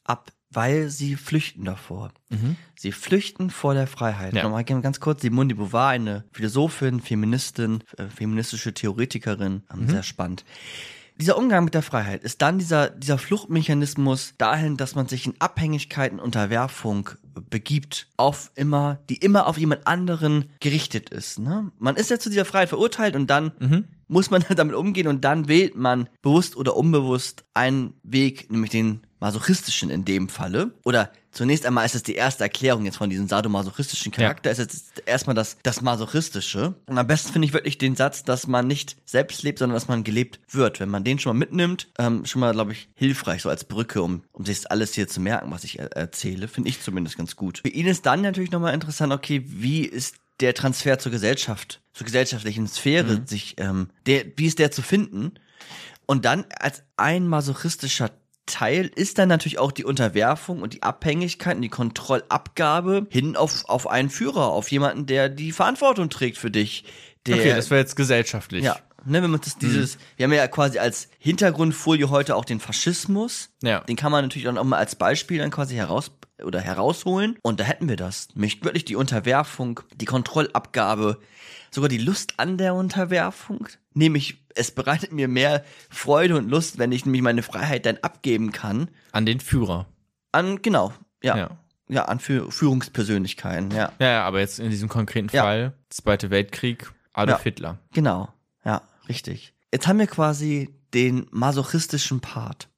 weil sie flüchten davor. Mhm. Sie flüchten vor der Freiheit. Ja. Nochmal ganz kurz, Simone de Beauvoir, eine Philosophin, Feministin, äh, feministische Theoretikerin, ähm, Mhm. sehr spannend. Dieser Umgang mit der Freiheit ist dann dieser, dieser Fluchtmechanismus dahin, dass man sich in Abhängigkeiten, Unterwerfung begibt, auf immer, die immer auf jemand anderen gerichtet ist. Ne? Man ist ja zu dieser Freiheit verurteilt und dann Mhm. muss man damit umgehen und dann wählt man bewusst oder unbewusst einen Weg, nämlich den masochistischen in dem Falle. Oder zunächst einmal ist es die erste Erklärung jetzt von diesem sadomasochistischen Charakter, ist jetzt erstmal das, das Masochistische. Und am besten finde ich wirklich den Satz, dass man nicht selbst lebt, sondern dass man gelebt wird. Wenn man den schon mal mitnimmt, ähm, schon mal, glaube ich, hilfreich, so als Brücke, um, um sich das alles hier zu merken, was ich er erzähle, finde ich zumindest ganz gut. Für ihn ist dann natürlich nochmal interessant, okay, wie ist der Transfer zur Gesellschaft, zur gesellschaftlichen Sphäre, Mhm. sich, ähm, der, wie ist der zu finden? Und dann als ein masochistischer Teil ist dann natürlich auch die Unterwerfung und die Abhängigkeit und die Kontrollabgabe hin auf, auf einen Führer, auf jemanden, der die Verantwortung trägt für dich. Der, Okay, das wäre jetzt gesellschaftlich. ja, ne, wenn man das dieses, wir haben ja quasi als Hintergrundfolie heute auch den Faschismus. Ja. Den kann man natürlich dann auch mal als Beispiel dann quasi heraus oder herausholen. Und da hätten wir das. Nämlich wirklich die Unterwerfung, die Kontrollabgabe, sogar die Lust an der Unterwerfung. Nämlich, es bereitet mir mehr Freude und Lust, wenn ich nämlich meine Freiheit dann abgeben kann. An den Führer. An, genau, ja. Ja. Ja, an Führ- Führungspersönlichkeiten, ja. Ja, ja, aber jetzt in diesem konkreten Ja. Fall, Zweiter Weltkrieg, Adolf Ja. Hitler. Genau, ja, richtig. Jetzt haben wir quasi den masochistischen Part.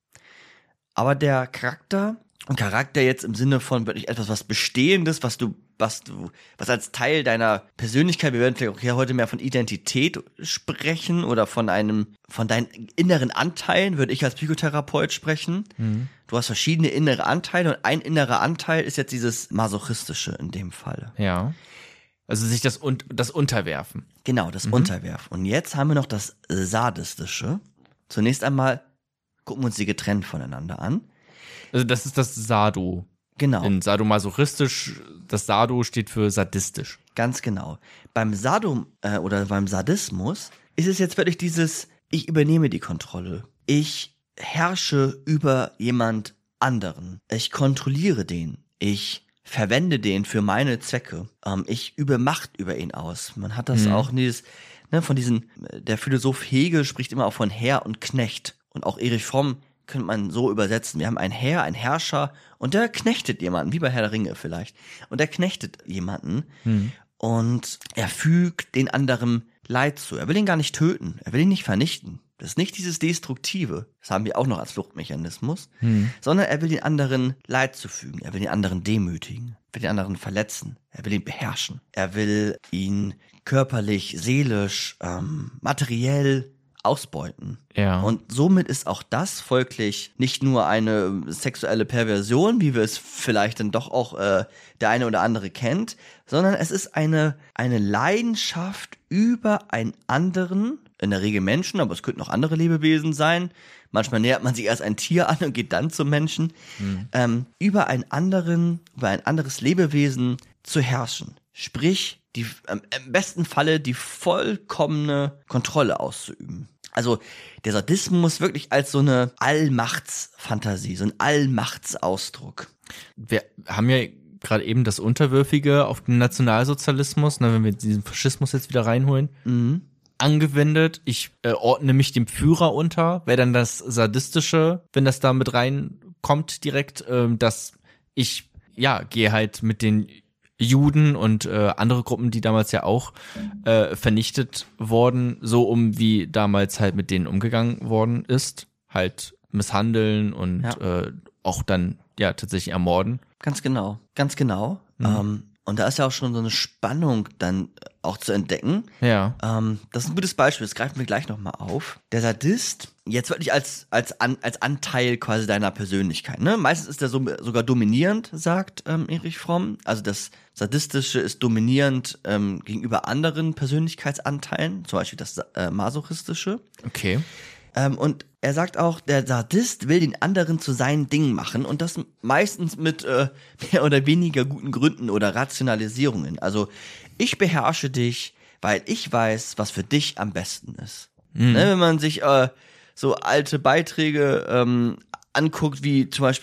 Aber der Charakter, und Charakter jetzt im Sinne von wirklich etwas, was Bestehendes, was du, was du, was als Teil deiner Persönlichkeit, wir werden vielleicht auch hier heute mehr von Identität sprechen oder von einem, von deinen inneren Anteilen, würde ich als Psychotherapeut sprechen. Mhm. Du hast verschiedene innere Anteile und ein innerer Anteil ist jetzt dieses Masochistische in dem Falle. Ja. Also sich das, und, das Unterwerfen. Genau, das Unterwerfen. Und jetzt haben wir noch das Sadistische. Zunächst einmal gucken wir uns die getrennt voneinander an. Also das ist das Sado. Genau, In sadomasochistisch, das Sado steht für sadistisch. ganz genau. Beim Sadom äh, oder beim Sadismus ist es jetzt wirklich dieses, ich übernehme die Kontrolle. Ich herrsche über jemand anderen. Ich kontrolliere den. Ich verwende den für meine Zwecke. Ähm, ich übe Macht über ihn aus. Man hat das Mhm. auch dieses, ne, von diesen, der Philosoph Hegel spricht immer auch von Herr und Knecht. Und auch Erich Fromm könnte man so übersetzen. Wir haben einen Herr, einen Herrscher und der knechtet jemanden, wie bei Herr der Ringe vielleicht. Und der knechtet jemanden Mhm. und er fügt den anderen Leid zu. Er will ihn gar nicht töten, er will ihn nicht vernichten. Das ist nicht dieses Destruktive, das haben wir auch noch als Fluchtmechanismus, Mhm. sondern er will den anderen Leid zufügen, er will den anderen demütigen, er will den anderen verletzen, er will ihn beherrschen, er will ihn körperlich, seelisch, ähm, materiell ausbeuten. Ja. Und somit ist auch das folglich nicht nur eine sexuelle Perversion, wie wir es vielleicht dann doch auch äh, der eine oder andere kennt, sondern es ist eine, eine Leidenschaft über einen anderen, in der Regel Menschen, aber es könnten auch andere Lebewesen sein. Manchmal nähert man sich erst ein Tier an und geht dann zum Menschen. Mhm. Ähm, über einen anderen, über ein anderes Lebewesen zu herrschen. Sprich, die, ähm, im besten Falle die vollkommene Kontrolle auszuüben. Also der Sadismus wirklich als so eine Allmachtsfantasie, so ein Allmachtsausdruck. Wir haben ja gerade eben das Unterwürfige auf den Nationalsozialismus, ne, wenn wir diesen Faschismus jetzt wieder reinholen, Mhm. angewendet. Ich äh, ordne mich dem Führer unter, wäre dann das Sadistische, wenn das da mit reinkommt direkt, ähm, dass ich, ja, gehe halt mit den Juden und äh, andere Gruppen, die damals ja auch äh, vernichtet worden, so um wie damals halt mit denen umgegangen worden ist, halt misshandeln und Ja. äh, auch dann ja tatsächlich ermorden. Ganz genau, ganz genau. Mhm. Ähm, und da ist ja auch schon so eine Spannung dann auch zu entdecken. Ja. Ähm, das ist ein gutes Beispiel, das greifen wir gleich nochmal auf. Der Sadist, jetzt wirklich als, als, an, als Anteil quasi deiner Persönlichkeit. Ne? Meistens ist der so, sogar dominierend, sagt ähm, Erich Fromm. Also das Sadistische ist dominierend ähm, gegenüber anderen Persönlichkeitsanteilen, zum Beispiel das äh, Masochistische. Okay. Ähm, und er sagt auch, der Sadist will den anderen zu seinen Dingen machen und das meistens mit äh, mehr oder weniger guten Gründen oder Rationalisierungen. Also ich beherrsche dich, weil ich weiß, was für dich am besten ist. Mhm. Ne, wenn man sich äh, so alte Beiträge ähm, anguckt, wie zum Beispiel auch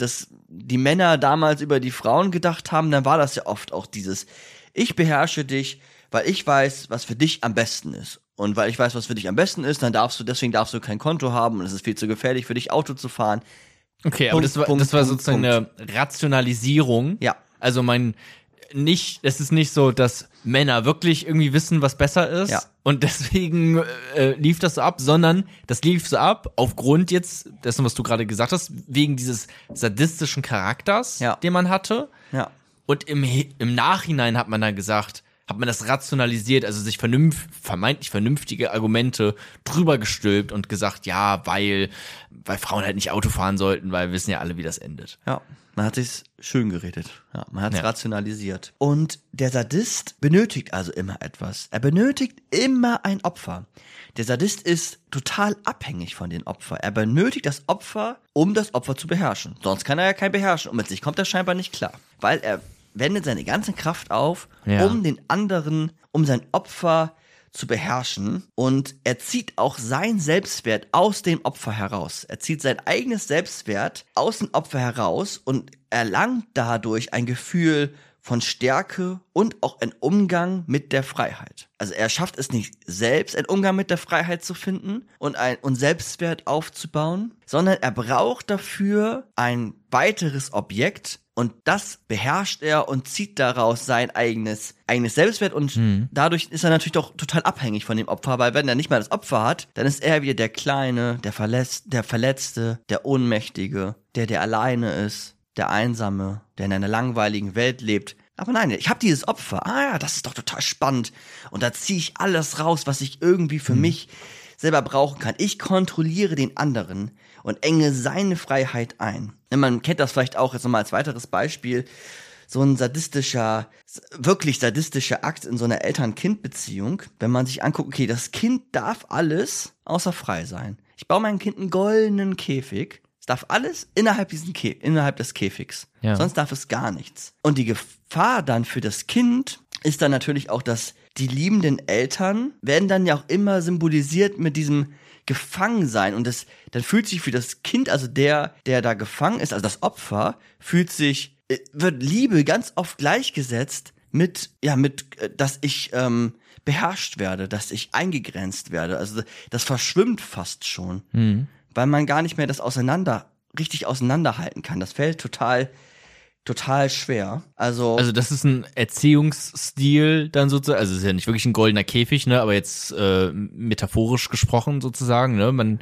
dass die Männer damals über die Frauen gedacht haben, dann war das ja oft auch dieses, ich beherrsche dich, weil ich weiß, was für dich am besten ist. Und weil ich weiß, was für dich am besten ist, dann darfst du, deswegen darfst du kein Konto haben und es ist viel zu gefährlich für dich, Auto zu fahren. Okay, aber Punkt, das war, Punkt, das war Punkt, sozusagen Punkt. eine Rationalisierung. Ja. Also mein, nicht, es ist nicht so, dass Männer wirklich irgendwie wissen, was besser ist. Ja. Und deswegen äh, lief das so ab, sondern das lief so ab aufgrund jetzt dessen, was du gerade gesagt hast, wegen dieses sadistischen Charakters, Ja. den man hatte. Ja. Und im, im Nachhinein hat man dann gesagt, hat man das rationalisiert, also sich vernünf- vermeintlich vernünftige Argumente drüber gestülpt und gesagt, ja, weil, weil Frauen halt nicht Auto fahren sollten, weil wir wissen ja alle, wie das endet. Ja, man hat sich's schön geredet. Ja, man hat's Ja. rationalisiert. Und der Sadist benötigt also immer etwas. Er benötigt immer ein Opfer. Der Sadist ist total abhängig von den Opfern. Er benötigt das Opfer, um das Opfer zu beherrschen. Sonst kann er ja kein beherrschen. Und mit sich kommt er scheinbar nicht klar. Weil er wendet seine ganze Kraft auf, Ja. um den anderen, um sein Opfer zu beherrschen, und er zieht auch sein Selbstwert aus dem Opfer heraus. Er zieht sein eigenes Selbstwert aus dem Opfer heraus und erlangt dadurch ein Gefühl von Stärke und auch einen Umgang mit der Freiheit. Also er schafft es nicht selbst, einen Umgang mit der Freiheit zu finden und ein und Selbstwert aufzubauen, sondern er braucht dafür ein weiteres Objekt, und das beherrscht er und zieht daraus sein eigenes, eigenes Selbstwert, und Mhm. dadurch ist er natürlich doch total abhängig von dem Opfer, weil wenn er nicht mal das Opfer hat, dann ist er wieder der Kleine, der, Verletz- der Verletzte, der Ohnmächtige, der, der alleine ist, der Einsame, der in einer langweiligen Welt lebt. Aber nein, ich habe dieses Opfer. Ah ja, das ist doch total spannend. Und da ziehe ich alles raus, was ich irgendwie für mich selber brauchen kann. Ich kontrolliere den anderen und enge seine Freiheit ein. Man kennt das vielleicht auch jetzt nochmal als weiteres Beispiel. So ein sadistischer, wirklich sadistischer Akt in so einer Eltern-Kind-Beziehung, wenn man sich anguckt, okay, das Kind darf alles außer frei sein. Ich baue meinem Kind einen goldenen Käfig. Es darf alles innerhalb diesen Kä- innerhalb des Käfigs. Ja. Sonst darf es gar nichts. Und die Gefahr dann für das Kind ist dann natürlich auch, dass die liebenden Eltern werden dann ja auch immer symbolisiert mit diesem Gefangensein. Und das, dann fühlt sich für das Kind, also der, der da gefangen ist, also das Opfer, fühlt sich, äh, wird Liebe ganz oft gleichgesetzt mit, ja, mit, äh, dass ich ähm, beherrscht werde, dass ich eingegrenzt werde. Also das verschwimmt fast schon, Mhm. weil man gar nicht mehr das auseinander, richtig auseinanderhalten kann. Das fällt total, total schwer. Also, Also das ist ein Erziehungsstil dann sozusagen, also es ist ja nicht wirklich ein goldener Käfig, ne, aber jetzt äh, metaphorisch gesprochen sozusagen, ne, man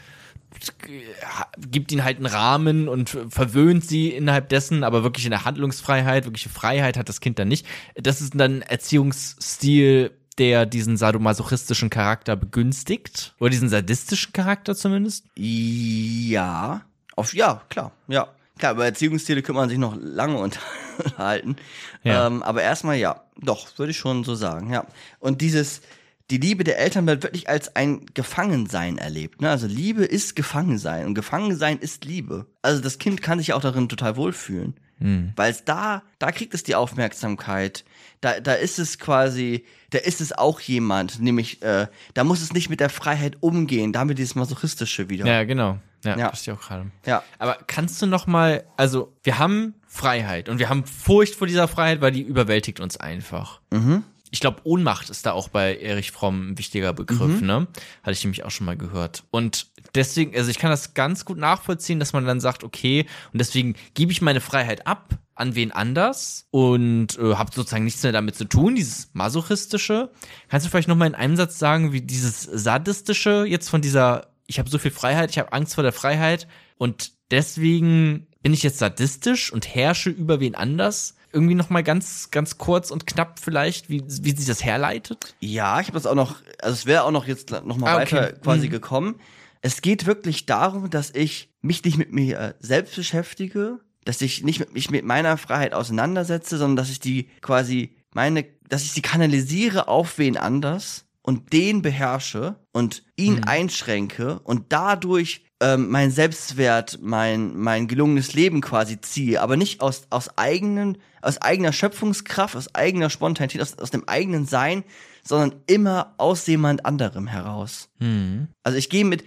gibt ihnen halt einen Rahmen und verwöhnt sie innerhalb dessen, aber wirklich in der Handlungsfreiheit, wirkliche Freiheit hat das Kind dann nicht. Das ist dann ein Erziehungsstil, der diesen sadomasochistischen Charakter begünstigt, oder diesen sadistischen Charakter zumindest. ja, auf, ja, klar, ja. Klar, über Erziehungsstile kann man sich noch lange unterhalten. Ja. Ähm, aber erstmal ja, doch, würde ich schon so sagen, ja. Und dieses, die Liebe der Eltern wird wirklich als ein Gefangensein erlebt, ne? Also Liebe ist Gefangensein und Gefangensein ist Liebe. Also das Kind kann sich ja auch darin total wohlfühlen. Hm. Weil es da, da kriegt es die Aufmerksamkeit, da, da ist es quasi, da ist es auch jemand, nämlich, äh, da muss es nicht mit der Freiheit umgehen, da haben wir dieses Masochistische wieder. Ja, genau. Ja, Ja. verstehe ich auch gerade. Ja. Aber kannst du noch mal, also wir haben Freiheit und wir haben Furcht vor dieser Freiheit, weil die überwältigt uns einfach. Mhm. Ich glaube, Ohnmacht ist da auch bei Erich Fromm ein wichtiger Begriff, Mhm. ne? Hatte ich nämlich auch schon mal gehört. Und deswegen, also ich kann das ganz gut nachvollziehen, dass man dann sagt, okay, und deswegen gebe ich meine Freiheit ab an wen anders und äh, habe sozusagen nichts mehr damit zu tun, dieses Masochistische. Kannst du vielleicht noch mal in einem Satz sagen, wie dieses Sadistische jetzt von dieser, ich habe so viel Freiheit, ich habe Angst vor der Freiheit und deswegen bin ich jetzt sadistisch und herrsche über wen anders? Irgendwie noch mal ganz, ganz kurz und knapp vielleicht, wie, wie sich das herleitet? Ja, ich habe das auch noch, also es wäre auch noch jetzt noch mal Ah, okay. weiter quasi Mhm. gekommen. Es geht wirklich darum, dass ich mich nicht mit mir äh, selbst beschäftige, dass ich nicht mit, mich mit meiner Freiheit auseinandersetze, sondern dass ich die quasi meine, dass ich sie kanalisiere auf wen anders und den beherrsche und ihn Mhm. einschränke und dadurch ähm, mein Selbstwert, mein mein gelungenes Leben quasi ziehe, aber nicht aus aus eigenen aus eigener Schöpfungskraft, aus eigener Spontanität, aus, aus dem eigenen Sein, sondern immer aus jemand anderem heraus. Hm. Also ich gehe mit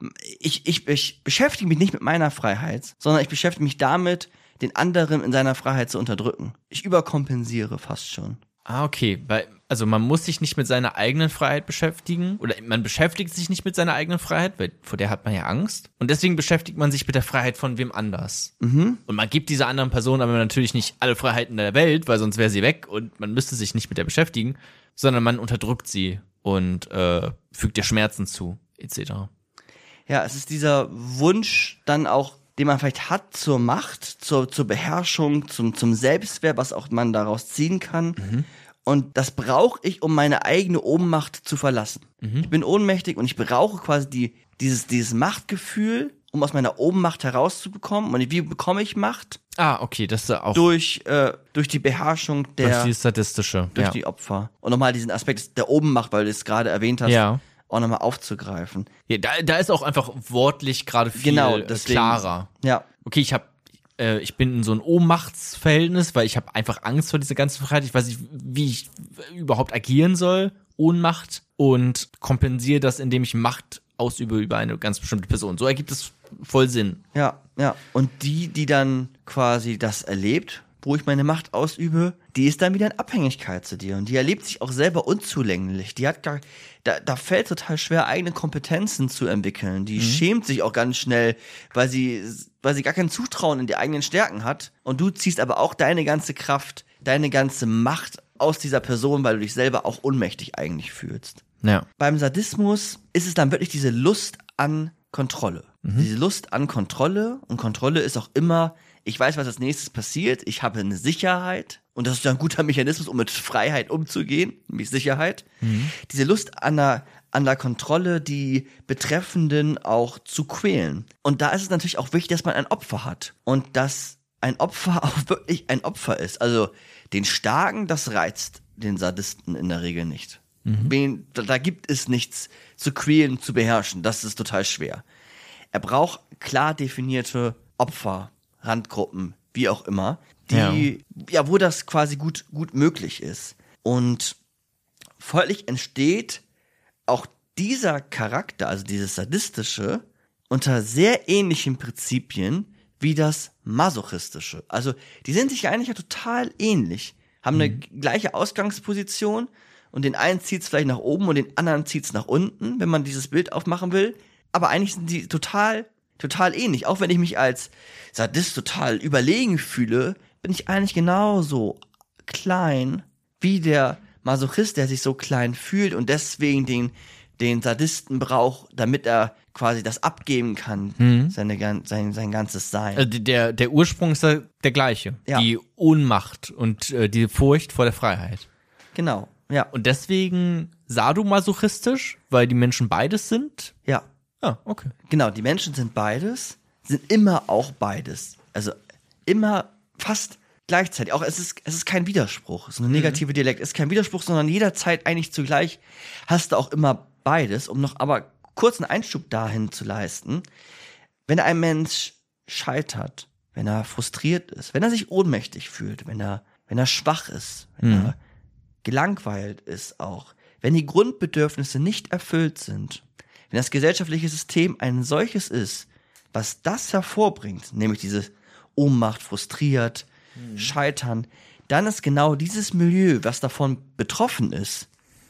ich, ich, ich beschäftige mich nicht mit meiner Freiheit, sondern ich beschäftige mich damit, den anderen in seiner Freiheit zu unterdrücken. Ich überkompensiere fast schon. Ah, okay. Weil, also man muss sich nicht mit seiner eigenen Freiheit beschäftigen oder man beschäftigt sich nicht mit seiner eigenen Freiheit, weil vor der hat man ja Angst. Und deswegen beschäftigt man sich mit der Freiheit von wem anders. Mhm. Und man gibt dieser anderen Person aber natürlich nicht alle Freiheiten der Welt, weil sonst wäre sie weg und man müsste sich nicht mit der beschäftigen, sondern man unterdrückt sie und äh, fügt ihr Schmerzen zu, et cetera. Ja, es ist dieser Wunsch dann auch, den man vielleicht hat zur Macht, zur, zur Beherrschung, zum, zum Selbstwert, was auch man daraus ziehen kann. Mhm. Und das brauche ich, um meine eigene Ohnmacht zu verlassen. Mhm. Ich bin ohnmächtig und ich brauche quasi die, dieses, dieses Machtgefühl, um aus meiner Ohnmacht herauszubekommen. Und wie bekomme ich Macht? Ah, okay, das ist auch. Durch, äh, durch die Beherrschung der. Durch die Sadistische. Durch ja. die Opfer. Und nochmal diesen Aspekt der Ohnmacht, weil du es gerade erwähnt hast. Ja. Auch nochmal aufzugreifen. Ja, da, da ist auch einfach wortlich gerade viel genau, deswegen, klarer. Ja. Okay, ich habe, äh, ich bin in so ein Ohnmachtsverhältnis, weil ich habe einfach Angst vor dieser ganzen Freiheit. Ich weiß nicht, wie ich überhaupt agieren soll, Ohnmacht, und kompensiere das, indem ich Macht ausübe über eine ganz bestimmte Person. So ergibt es voll Sinn. Ja, ja. Und die, die dann quasi das erlebt, wo ich meine Macht ausübe, die ist dann wieder in Abhängigkeit zu dir. Und die erlebt sich auch selber unzulänglich. Die hat gar, da, da fällt total schwer, eigene Kompetenzen zu entwickeln. Die mhm. schämt sich auch ganz schnell, weil sie, weil sie gar kein Zutrauen in die eigenen Stärken hat. Und du ziehst aber auch deine ganze Kraft, deine ganze Macht aus dieser Person, weil du dich selber auch ohnmächtig eigentlich fühlst. Ja. Beim Sadismus ist es dann wirklich diese Lust an Kontrolle. Mhm. Diese Lust an Kontrolle. Und Kontrolle ist auch immer, ich weiß, was als nächstes passiert, ich habe eine Sicherheit und das ist ja ein guter Mechanismus, um mit Freiheit umzugehen, nämlich Sicherheit. Mhm. Diese Lust an der, an der Kontrolle, die Betreffenden auch zu quälen. Und da ist es natürlich auch wichtig, dass man ein Opfer hat und dass ein Opfer auch wirklich ein Opfer ist. Also den Starken, das reizt den Sadisten in der Regel nicht. Mhm. Da, da gibt es nichts zu quälen, zu beherrschen, das ist total schwer. Er braucht klar definierte Opfer, Randgruppen, wie auch immer, die, ja, ja wo das quasi gut, gut möglich ist. Und folglich entsteht auch dieser Charakter, also dieses Sadistische, unter sehr ähnlichen Prinzipien wie das Masochistische. Also die sind sich ja eigentlich ja total ähnlich, haben eine mhm. gleiche Ausgangsposition und den einen zieht es vielleicht nach oben und den anderen zieht es nach unten, wenn man dieses Bild aufmachen will. Aber eigentlich sind die total Total ähnlich. Auch wenn ich mich als Sadist total überlegen fühle, bin ich eigentlich genauso klein wie der Masochist, der sich so klein fühlt und deswegen den, den Sadisten braucht, damit er quasi das abgeben kann, mhm. seine, sein, sein ganzes Sein. Also der, der Ursprung ist der, der gleiche. Ja. Die Ohnmacht und äh, die Furcht vor der Freiheit. Genau, ja. Und deswegen sadomasochistisch, weil die Menschen beides sind? Ja. Ah, okay. Genau, die Menschen sind beides, sind immer auch beides. Also immer fast gleichzeitig. Auch es ist, es ist kein Widerspruch. So eine negative mhm. Dialekt ist kein Widerspruch, sondern jederzeit eigentlich zugleich hast du auch immer beides. Um noch aber kurz einen Einschub dahin zu leisten, wenn ein Mensch scheitert, wenn er frustriert ist, wenn er sich ohnmächtig fühlt, wenn er, wenn er schwach ist, wenn mhm. er gelangweilt ist auch, wenn die Grundbedürfnisse nicht erfüllt sind, wenn das gesellschaftliche System ein solches ist, was das hervorbringt, nämlich diese Ohnmacht, frustriert, mhm. scheitern, dann ist genau dieses Milieu, was davon betroffen ist,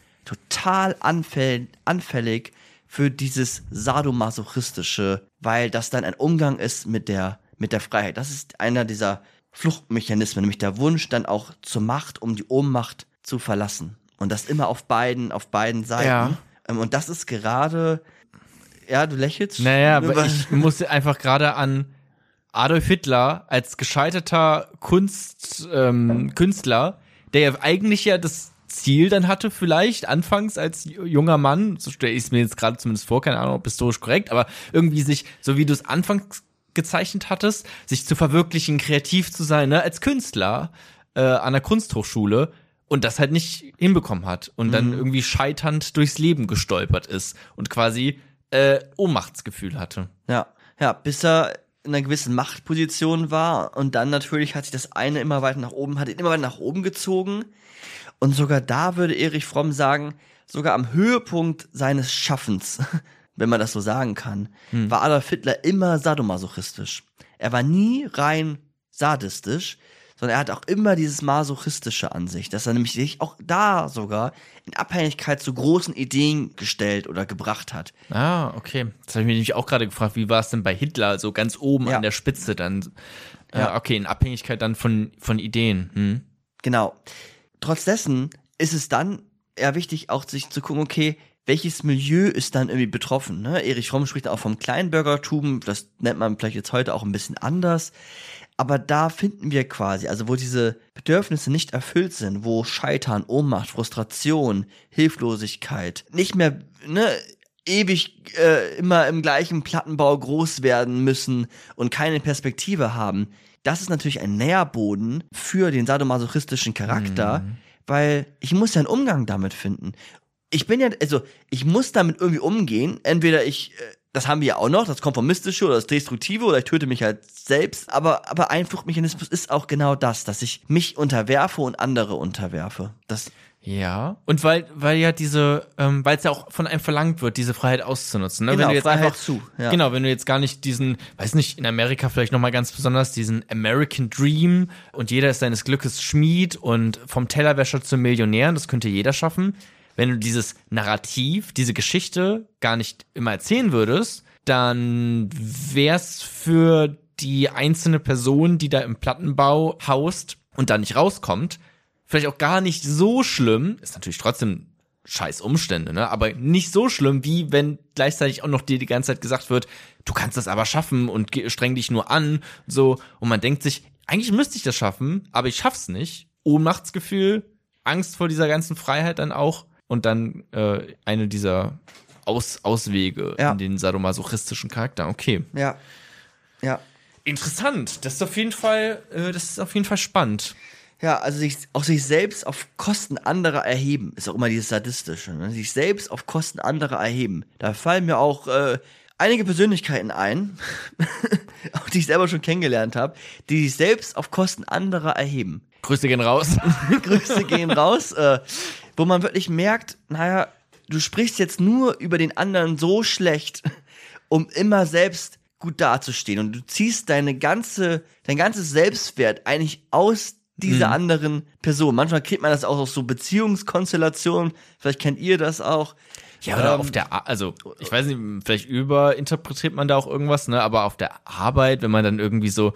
total anfäll- anfällig für dieses Sadomasochistische, weil das dann ein Umgang ist mit der, mit der Freiheit. Das ist einer dieser Fluchtmechanismen, nämlich der Wunsch dann auch zur Macht, um die Ohnmacht zu verlassen. Und das immer auf beiden, auf beiden Seiten. Ja. Und das ist gerade, ja, du lächelst. Naja, aber ich musste einfach gerade an Adolf Hitler als gescheiterter Kunst, ähm, Künstler, der ja eigentlich ja das Ziel dann hatte, vielleicht anfangs als junger Mann, so stelle ich es mir jetzt gerade zumindest vor, keine Ahnung, ob historisch korrekt, aber irgendwie sich, so wie du es anfangs gezeichnet hattest, sich zu verwirklichen, kreativ zu sein, ne, als Künstler äh, an der Kunsthochschule und das halt nicht hinbekommen hat und mhm. dann irgendwie scheiternd durchs Leben gestolpert ist und quasi äh, Ohnmachtsgefühl hatte. Ja, ja, bis er in einer gewissen Machtposition war und dann natürlich hat sich das eine immer weiter nach oben, hat ihn immer weiter nach oben gezogen. Und sogar da würde Erich Fromm sagen, sogar am Höhepunkt seines Schaffens wenn man das so sagen kann, Hm. war Adolf Hitler immer sadomasochistisch. Er war nie rein sadistisch, sondern er hat auch immer dieses Masochistische an sich, dass er nämlich sich auch da sogar in Abhängigkeit zu großen Ideen gestellt oder gebracht hat. Ah, okay. Das habe ich mir nämlich auch gerade gefragt, wie war es denn bei Hitler, so ganz oben Ja. an der Spitze dann? Äh, Ja. Okay, in Abhängigkeit dann von, von Ideen. Hm. Genau. Trotz dessen ist es dann eher wichtig, auch sich zu gucken, okay, welches Milieu ist dann irgendwie betroffen, ne? Erich Fromm spricht auch vom Kleinbürgertum, das nennt man vielleicht jetzt heute auch ein bisschen anders. Aber da finden wir quasi, also wo diese Bedürfnisse nicht erfüllt sind, wo Scheitern, Ohnmacht, Frustration, Hilflosigkeit, nicht mehr, ne, ewig äh, immer im gleichen Plattenbau groß werden müssen und keine Perspektive haben, das ist natürlich ein Nährboden für den sadomasochistischen Charakter, Mhm. weil ich muss ja einen Umgang damit finden. Ich bin ja, also ich muss damit irgendwie umgehen, entweder ich, äh, das haben wir ja auch noch, das Konformistische oder das Destruktive, oder ich töte mich halt selbst, aber, aber ein Fluchtmechanismus ist auch genau das, dass ich mich unterwerfe und andere unterwerfe. Das, Ja. Und weil, weil ja diese, ähm, weil es ja auch von einem verlangt wird, diese Freiheit auszunutzen. Ne? Genau, wenn du jetzt Freiheit einfach, zu, ja. Genau, wenn du jetzt gar nicht diesen, weiß nicht, in Amerika vielleicht nochmal ganz besonders, diesen American Dream und jeder ist seines Glückes Schmied und vom Tellerwäscher zum Millionär, das könnte jeder schaffen. Wenn du dieses Narrativ, diese Geschichte gar nicht immer erzählen würdest, dann wär's für die einzelne Person, die da im Plattenbau haust und da nicht rauskommt, vielleicht auch gar nicht so schlimm, ist natürlich trotzdem scheiß Umstände, ne, aber nicht so schlimm, wie wenn gleichzeitig auch noch dir die ganze Zeit gesagt wird, du kannst das aber schaffen und ge- streng dich nur an, so, und man denkt sich, eigentlich müsste ich das schaffen, aber ich schaff's nicht. Ohnmachtsgefühl, Angst vor dieser ganzen Freiheit dann auch und dann äh, eine dieser Aus- Auswege Ja. in den sadomasochistischen Charakter. Okay. ja, ja. Interessant. Das ist auf jeden Fall, äh, das ist auf jeden Fall spannend. Ja, also sich, auch sich selbst auf Kosten anderer erheben, ist auch immer dieses Sadistische, ne? Sich selbst auf Kosten anderer erheben. Da fallen mir auch äh, einige Persönlichkeiten ein, auch die ich selber schon kennengelernt habe, die sich selbst auf Kosten anderer erheben. Grüße gehen raus. Grüße gehen raus, äh, wo man wirklich merkt, naja, du sprichst jetzt nur über den anderen so schlecht, um immer selbst gut dazustehen. Und du ziehst deine ganze, dein ganzes Selbstwert eigentlich aus dieser Mhm. anderen Person. Manchmal kriegt man das auch aus so Beziehungskonstellationen. Vielleicht kennt ihr das auch. Ja, oder Ähm, auf der, Ar- also, ich weiß nicht, vielleicht überinterpretiert man da auch irgendwas, ne, aber auf der Arbeit, wenn man dann irgendwie so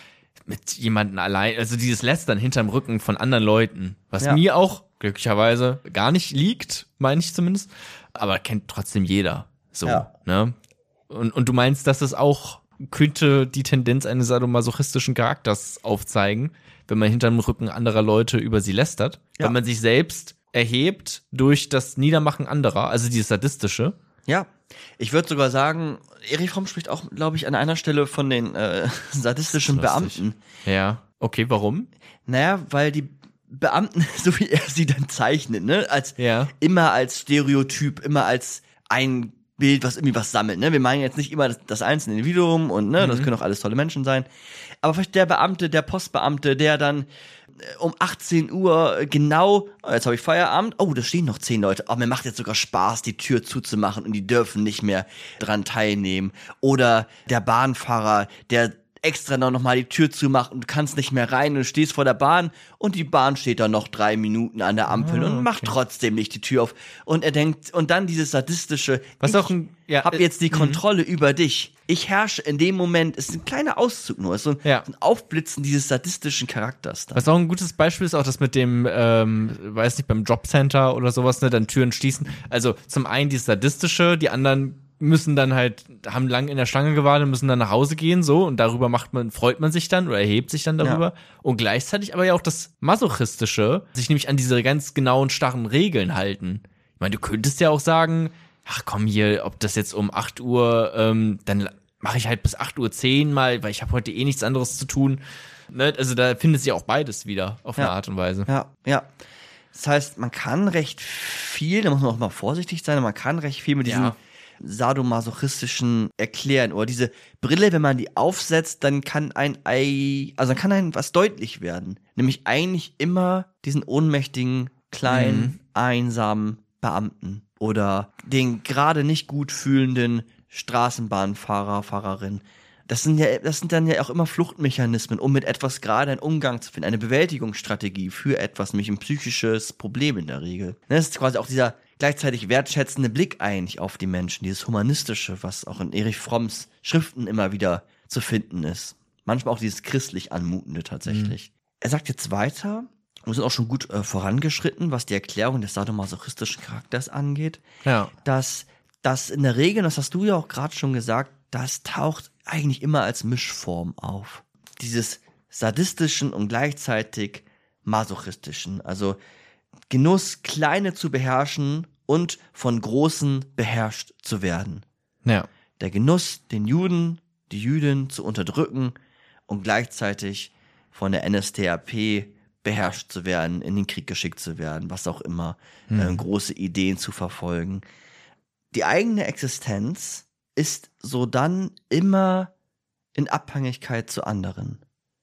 mit jemandem allein, also dieses Lästern hinterm Rücken von anderen Leuten, was Ja. mir auch glücklicherweise gar nicht liegt, meine ich zumindest, aber kennt trotzdem jeder, so, Ja. ne, und, und du meinst, dass es auch könnte die Tendenz eines sadomasochistischen Charakters aufzeigen, wenn man hinterm Rücken anderer Leute über sie lästert, Ja. wenn man sich selbst erhebt durch das Niedermachen anderer, also dieses Sadistische. Ja, ich würde sogar sagen, Erich Fromm spricht auch, glaube ich, an einer Stelle von den äh, sadistischen Das ist lustig. Beamten. Ja, okay, warum? Naja, weil die Beamten, so wie er sie dann zeichnet, ne, als Ja. immer als Stereotyp, immer als ein Bild, was irgendwie was sammelt, ne? Wir meinen jetzt nicht immer das, das einzelne Individuum und ne, das können auch alles tolle Menschen sein. Aber vielleicht der Beamte, der Postbeamte, der dann äh, um achtzehn Uhr genau, oh, jetzt habe ich Feierabend, oh, da stehen noch zehn Leute, oh, mir macht jetzt sogar Spaß, die Tür zuzumachen und die dürfen nicht mehr dran teilnehmen. Oder der Bahnfahrer, der extra noch mal die Tür zumacht und du kannst nicht mehr rein und du stehst vor der Bahn und die Bahn steht da noch drei Minuten an der Ampel Ah, und macht okay. trotzdem nicht die Tür auf. Und er denkt, und dann dieses sadistische, Was ich auch ein- ja, hab äh, jetzt die mhm. Kontrolle über dich. Ich herrsche in dem Moment, ist ein kleiner Auszug nur, ist so ein, Ja. so ein Aufblitzen dieses sadistischen Charakters. Dann. Was auch ein gutes Beispiel ist, auch das mit dem, ähm, weiß nicht, beim Jobcenter oder sowas, ne, dann Türen schließen. Also zum einen dieses Sadistische, die anderen müssen dann halt, haben lang in der Schlange gewartet, müssen dann nach Hause gehen, so, und darüber macht man, freut man sich dann oder erhebt sich dann darüber. Und gleichzeitig aber ja auch das Masochistische, sich nämlich an diese ganz genauen, starren Regeln halten. Ich meine, du könntest ja auch sagen, ach komm hier, ob das jetzt um acht Uhr, ähm, dann mache ich halt bis acht Uhr zehn mal, weil ich habe heute eh nichts anderes zu tun. Ne? Also da findet sich auch beides wieder auf eine Ja. Art und Weise. Ja, ja. Das heißt, man kann recht viel, da muss man auch mal vorsichtig sein, man kann recht viel mit diesem Ja. sadomasochistischen erklären. Oder diese Brille, wenn man die aufsetzt, dann kann ein Ei, also dann kann ein was deutlich werden. Nämlich eigentlich immer diesen ohnmächtigen, kleinen, Mhm. einsamen Beamten oder den gerade nicht gut fühlenden Straßenbahnfahrer, Fahrerin. Das sind ja, das sind dann ja auch immer Fluchtmechanismen, um mit etwas gerade einen Umgang zu finden, eine Bewältigungsstrategie für etwas, nämlich ein psychisches Problem in der Regel. Das ist quasi auch dieser gleichzeitig wertschätzende Blick eigentlich auf die Menschen, dieses Humanistische, was auch in Erich Fromms Schriften immer wieder zu finden ist. Manchmal auch dieses christlich Anmutende tatsächlich. Mhm. Er sagt jetzt weiter, wir sind auch schon gut äh, vorangeschritten, was die Erklärung des sadomasochistischen Charakters angeht, ja. dass das in der Regel, das hast du ja auch gerade schon gesagt, das taucht eigentlich immer als Mischform auf. Dieses sadistischen und gleichzeitig masochistischen. Also Genuss, Kleine zu beherrschen und von Großen beherrscht zu werden. Ja. Der Genuss, den Juden, die Jüdin zu unterdrücken und gleichzeitig von der N S D A P beherrscht zu werden, in den Krieg geschickt zu werden, was auch immer, mhm. äh, große Ideen zu verfolgen. Die eigene Existenz ist so dann immer in Abhängigkeit zu anderen.